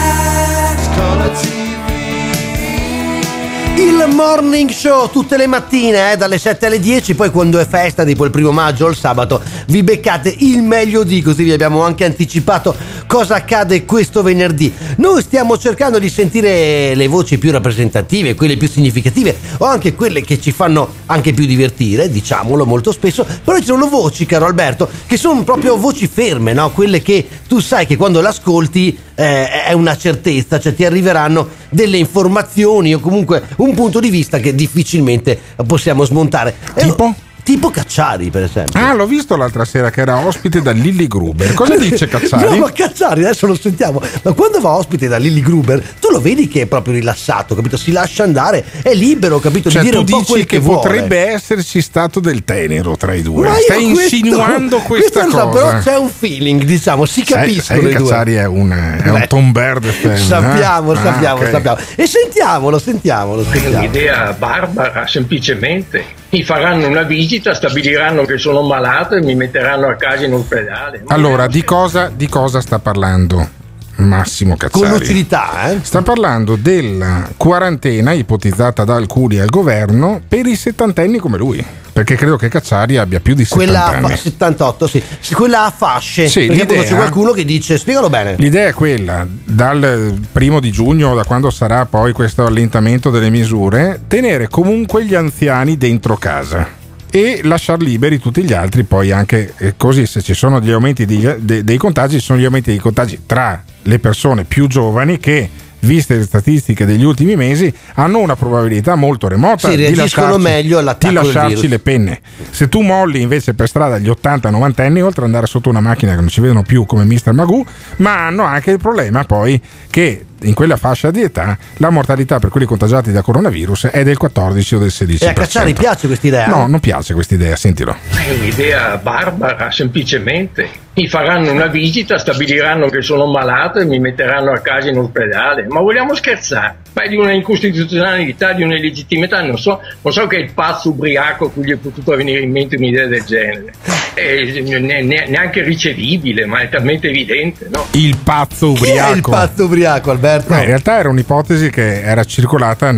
Il Morning Show tutte le mattine dalle 7 alle 10, poi quando è festa tipo il 1 maggio o il sabato vi beccate il meglio di, così vi abbiamo anche anticipato cosa accade questo venerdì. Noi stiamo cercando di sentire le voci più rappresentative, quelle più significative o anche quelle che ci fanno anche più divertire, diciamolo molto spesso, però ci sono voci, caro Alberto, che sono proprio voci ferme, no? Quelle che tu sai che quando l'ascolti è una certezza, cioè ti arriveranno delle informazioni o comunque un punto di vista che difficilmente possiamo smontare. Tipo Cacciari, per esempio. Ah, l'ho visto l'altra sera che era ospite da Lilli Gruber. Cosa dice Cacciari? No, ma Cacciari adesso lo sentiamo. Ma quando va ospite da Lilli Gruber, tu lo vedi che è proprio rilassato, capito? Si lascia andare, è libero, capito? Cioè, di dire tu un po' dici quel che vuole. Potrebbe esserci stato del tenero tra i due. Ma stai insinuando questa cosa. Però c'è un feeling, diciamo, si capiscono sai che i due. Cacciari è un Tom Bird fan. Sappiamo. Okay. E sentiamolo. Un'idea barbara, semplicemente. Mi faranno una visita, stabiliranno che sono malato e mi metteranno a casa in ospedale. Allora, di cosa sta parlando Massimo Cacciari? Con lucidità, Sta parlando della quarantena ipotizzata da alcuni al governo per i settantenni come lui. Perché credo che Cacciari abbia più di 70 anni. 78, sì. Quella a fasce. Sì, perché poi c'è qualcuno che dice, spiegalo bene. L'idea è quella, dal 1 giugno, da quando sarà poi questo allentamento delle misure, tenere comunque gli anziani dentro casa e lasciar liberi tutti gli altri, poi anche così, se ci sono degli aumenti dei contagi, sono gli aumenti dei contagi tra le persone più giovani che, viste le statistiche degli ultimi mesi, hanno una probabilità molto remota di lasciarci le penne. Se tu molli invece per strada gli 80-90 anni, oltre ad andare sotto una macchina che non ci vedono più come Mr. Magoo, ma hanno anche il problema poi che in quella fascia di età la mortalità per quelli contagiati da coronavirus è del 14 o del 16%. E a Cacciari piace questa idea? No, non piace questa idea, sentilo. È un'idea barbara, semplicemente. Mi faranno una visita, stabiliranno che sono malato e mi metteranno a casa in ospedale. Ma vogliamo scherzare? Ma è di una incostituzionalità, di una illegittimità. Non so che è il pazzo ubriaco a cui gli è potuto venire in mente un'idea del genere. È neanche ricevibile, ma è talmente evidente, no? Il pazzo ubriaco. Chi è il pazzo ubriaco, Alberto? In realtà era un'ipotesi che era circolata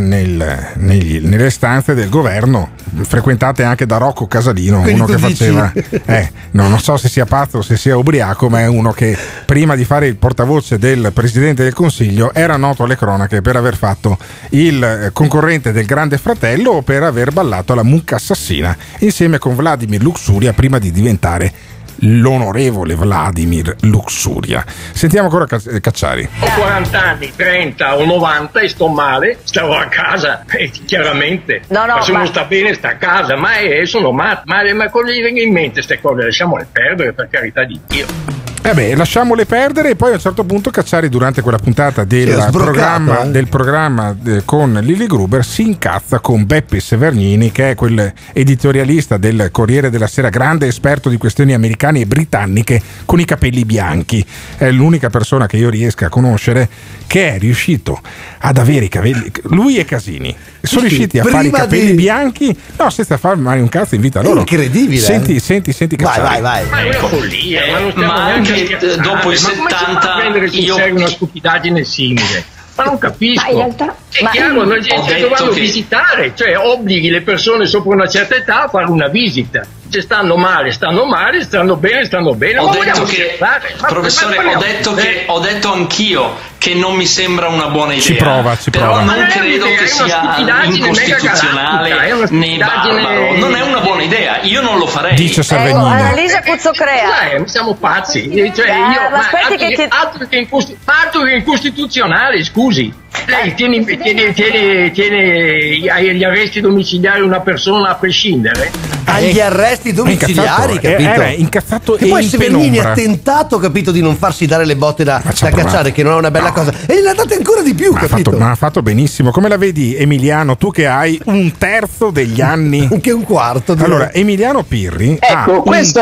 nelle stanze del governo, frequentate anche da Rocco Casalino. Quindi uno che faceva non so se sia pazzo o se sia ubriaco, ma è uno che prima di fare il portavoce del Presidente del Consiglio era noto alle cronache per aver fatto il concorrente del Grande Fratello o per aver ballato la mucca assassina insieme con Vladimir Luxuria prima di diventare l'onorevole Vladimir Luxuria. Sentiamo ancora Cacciari. Ho 40 anni, 30 o 90 e sto male, starò a casa, chiaramente. Ma se non sta bene sta a casa, ma sono matto. Ma cosa gli venga in mente queste cose? Lasciamole perdere, per carità di Dio. Lasciamole perdere. E poi a un certo punto Cacciari, durante quella puntata del programma con Lilli Gruber, si incazza con Beppe Severnini, che è quel editorialista del Corriere della Sera, grande esperto di questioni americane e britanniche, con i capelli bianchi. È l'unica persona che io riesca a conoscere che è riuscito ad avere i capelli, lui e Casini sono riusciti a fare i capelli bianchi senza fare mai un cazzo in vita loro. Incredibile. Senti Cacciari. Vai. Ma è una follia, ma anche dopo i 70 io una stupidaggine simile. Ma non capisco. Ma in realtà è chiaro, la gente doveva visitare, cioè obblighi le persone sopra una certa età a fare una visita. Se stanno male, stanno bene. Ho detto che, professore, ho detto anch'io che non mi sembra una buona idea. Ci prova. Però non credo che sia incostituzionale né barbaro. Non è una buona idea, io non lo farei. Dice Salvini. Annalisa Cuzzocrea. Siamo pazzi. Altro che incostituzionale, scusi. Lei tiene agli arresti domiciliari una persona a prescindere? Agli arresti domiciliari, capito? Era incazzato e poi Severnini ha tentato, capito, di non farsi dare le botte da Cacciari, che non è una bella cosa, e gliene ha date ancora di più, capito? Ma ha fatto benissimo. Come la vedi, Emiliano, tu che hai un terzo degli anni, anche un quarto? Allora, Emiliano Pirri questo è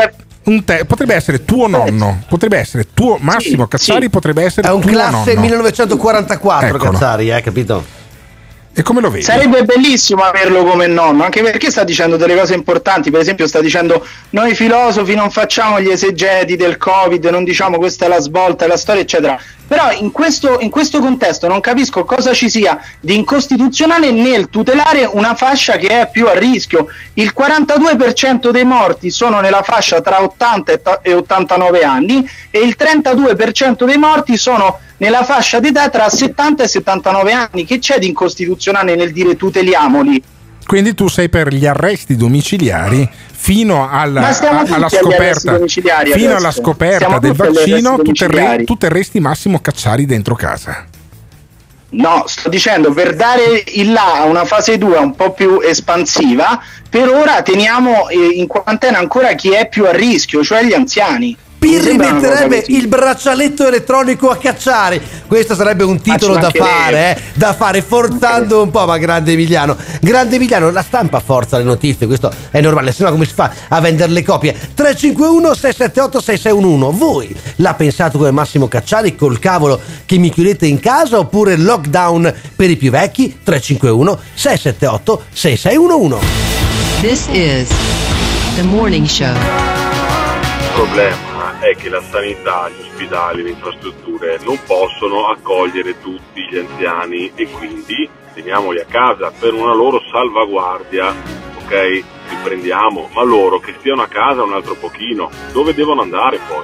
potrebbe essere tuo nonno, potrebbe essere tuo Massimo Cacciari, potrebbe essere è un tuo classe nonno. 1944, Eccolo. Cacciari, capito? E come lo vedi? Sarebbe bellissimo averlo come nonno, anche perché sta dicendo delle cose importanti. Per esempio sta dicendo: noi filosofi non facciamo gli esegeti del Covid, non diciamo questa è la svolta, è la storia, eccetera. Però in questo contesto non capisco cosa ci sia di incostituzionale nel tutelare una fascia che è più a rischio. Il 42% dei morti sono nella fascia tra 80 e 89 anni e il 32% dei morti sono nella fascia d'età tra 70 e 79 anni. Che c'è di incostituzionale nel dire tuteliamoli? Quindi tu sei per gli arresti domiciliari fino alla scoperta, fino alla scoperta del vaccino, tu terresti Massimo Cacciari dentro casa. No, sto dicendo, per dare il là a una fase 2 un po' più espansiva, per ora teniamo in quarantena ancora chi è più a rischio, cioè gli anziani. Pirri metterebbe il braccialetto elettronico a Cacciari. Questo sarebbe un titolo da fare, forzando un po', ma grande Emiliano, la stampa forza le notizie, questo è normale, se no come si fa a vendere le copie? 351 678 6611. Voi la pensate come Massimo Cacciari, col cavolo che mi chiudete in casa, oppure lockdown per i più vecchi? 351 678 6611. This is the morning show. Il problema è che la sanità, gli ospedali, le infrastrutture non possono accogliere tutti gli anziani e quindi teniamoli a casa per una loro salvaguardia, ok? Li prendiamo, ma loro che stiano a casa un altro pochino, dove devono andare poi?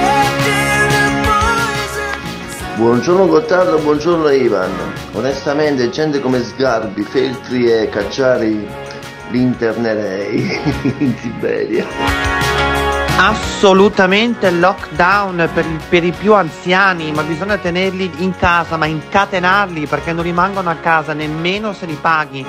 Buongiorno Gottardo, buongiorno Ivan. Onestamente gente come Sgarbi, Feltri e Cacciari li internerei in Siberia. Assolutamente lockdown per i più anziani, ma bisogna tenerli in casa, ma incatenarli perché non rimangono a casa nemmeno se li paghi.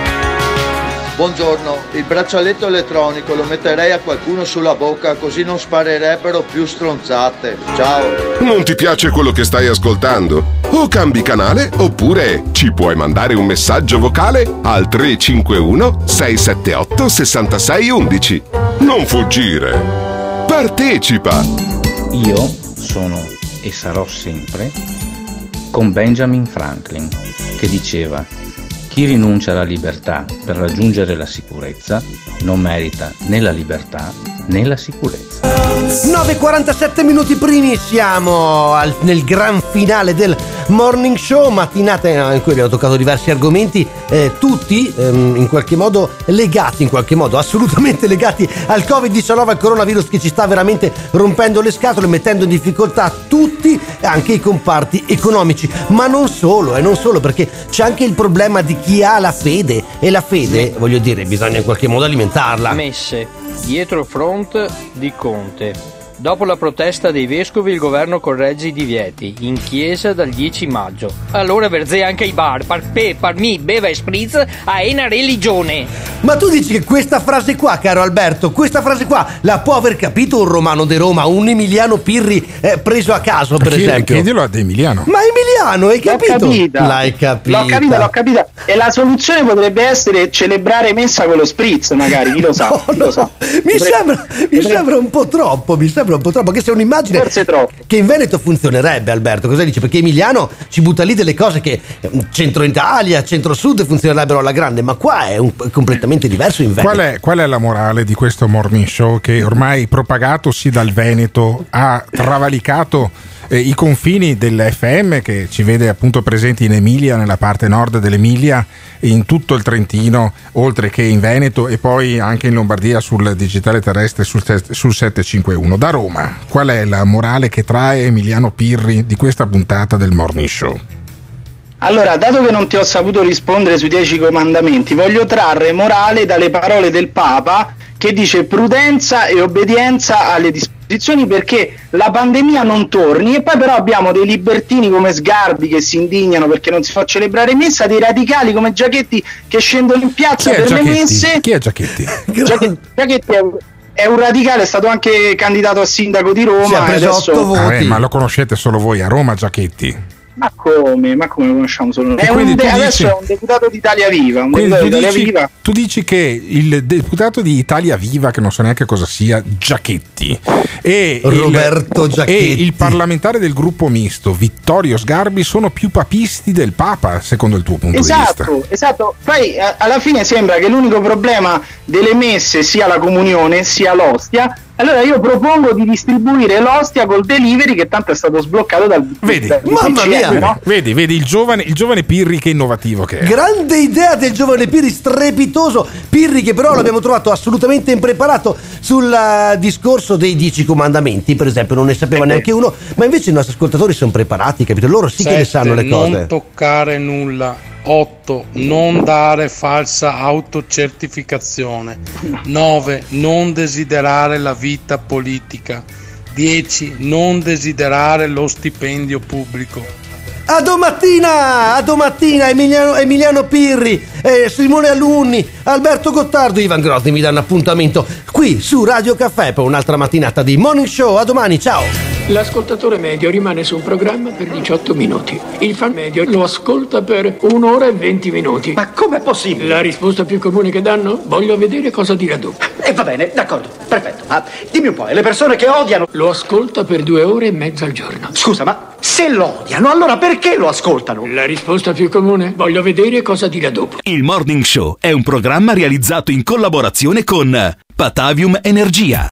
Buongiorno, il braccialetto elettronico lo metterei a qualcuno sulla bocca così non sparerebbero più stronzate. Ciao. Non ti piace quello che stai ascoltando? O cambi canale oppure ci puoi mandare un messaggio vocale al 351 678 6611. Non fuggire. Partecipa! Io sono e sarò sempre con Benjamin Franklin, che diceva: chi rinuncia alla libertà per raggiungere la sicurezza non merita né la libertà né la sicurezza. 9:47 minuti primi, siamo nel gran finale del Morning Show, mattinata in cui abbiamo toccato diversi argomenti, tutti in qualche modo legati, assolutamente legati al Covid-19, al coronavirus che ci sta veramente rompendo le scatole, mettendo in difficoltà tutti, anche i comparti economici, ma non solo, perché c'è anche il problema di chi ha la fede, e la fede, voglio dire, bisogna in qualche modo alimentarla. Messe dietro il front di Conte. Dopo la protesta dei vescovi il governo corregge i divieti in chiesa dal 10 maggio. Allora verzea anche i bar, parmi, beva e spritz a una religione. Ma tu dici che questa frase qua, caro Alberto, la può aver capito un romano di Roma, un Emiliano Pirri preso a caso, per esempio? Chiedilo ad Emiliano. Ma Emiliano, hai capito? L'ho capita. E la soluzione potrebbe essere celebrare messa con lo spritz, magari, chi lo sa. Mi sembra un po' troppo, che sia un'immagine forse troppo, che in Veneto funzionerebbe. Alberto, cosa dici? Perché Emiliano ci butta lì delle cose che centro Italia, centro sud funzionerebbero alla grande, ma qua è completamente diverso in Veneto. Qual è la morale di questo morning show che ormai, propagatosi dal Veneto, ha travalicato i confini dell'FM, che ci vede appunto presenti in Emilia, nella parte nord dell'Emilia, in tutto il Trentino, oltre che in Veneto, e poi anche in Lombardia sul digitale terrestre sul 751. Da Roma, qual è la morale che trae Emiliano Pirri di questa puntata del Morning Show? Allora, dato che non ti ho saputo rispondere sui 10 comandamenti, voglio trarre morale dalle parole del Papa, che dice prudenza e obbedienza alle disposizioni perché la pandemia non torni. E poi però abbiamo dei libertini come Sgarbi che si indignano perché non si fa celebrare messa, dei radicali come Giachetti che scendono in piazza per le messe. Chi è Giachetti? Giachetti è un radicale, è stato anche candidato a sindaco di Roma. Si è preso 8 voti. Ma lo conoscete solo voi a Roma, Giachetti? Ma come conosciamo solo noi? Adesso è un deputato di Italia Viva. Tu dici che il deputato di Italia Viva, che non so neanche cosa sia, Giachetti, e Roberto Giachetti, e il parlamentare del gruppo misto Vittorio Sgarbi sono più papisti del Papa, secondo il tuo punto di vista? Esatto. Poi alla fine sembra che l'unico problema delle messe sia la comunione sia l'ostia. Allora io propongo di distribuire l'ostia col delivery, che tanto è stato sbloccato dal mamma mia, no? Vedi il giovane Pirri che innovativo che è. Grande idea del giovane Pirri, strepitoso Pirri, che però l'abbiamo trovato assolutamente impreparato sul discorso dei 10 comandamenti, per esempio, non ne sapeva neanche uno, ma invece i nostri ascoltatori sono preparati, capito? Loro sì 7, che ne sanno le cose. Non toccare nulla. 8. Non dare falsa autocertificazione. 9. Non desiderare la vita politica. 10. Non desiderare lo stipendio pubblico. A domattina Emiliano Pirri, Simone Alunni, Alberto Gottardo, Ivan Grosni mi danno appuntamento qui su Radio Caffè per un'altra mattinata di Morning Show. A domani, ciao. L'ascoltatore medio rimane su un programma per 18 minuti. Il fan medio lo ascolta per 1 ora e 20 minuti. Ma com'è possibile? La risposta più comune che danno? Voglio vedere cosa dirà dopo. Va bene, d'accordo, perfetto. Ma dimmi un po', e le persone che odiano? Lo ascolta per 2 ore e mezza al giorno. Scusa, ma se lo odiano, allora perché lo ascoltano? La risposta più comune? Voglio vedere cosa dirà dopo. Il Morning Show è un programma realizzato in collaborazione con Patavium Energia.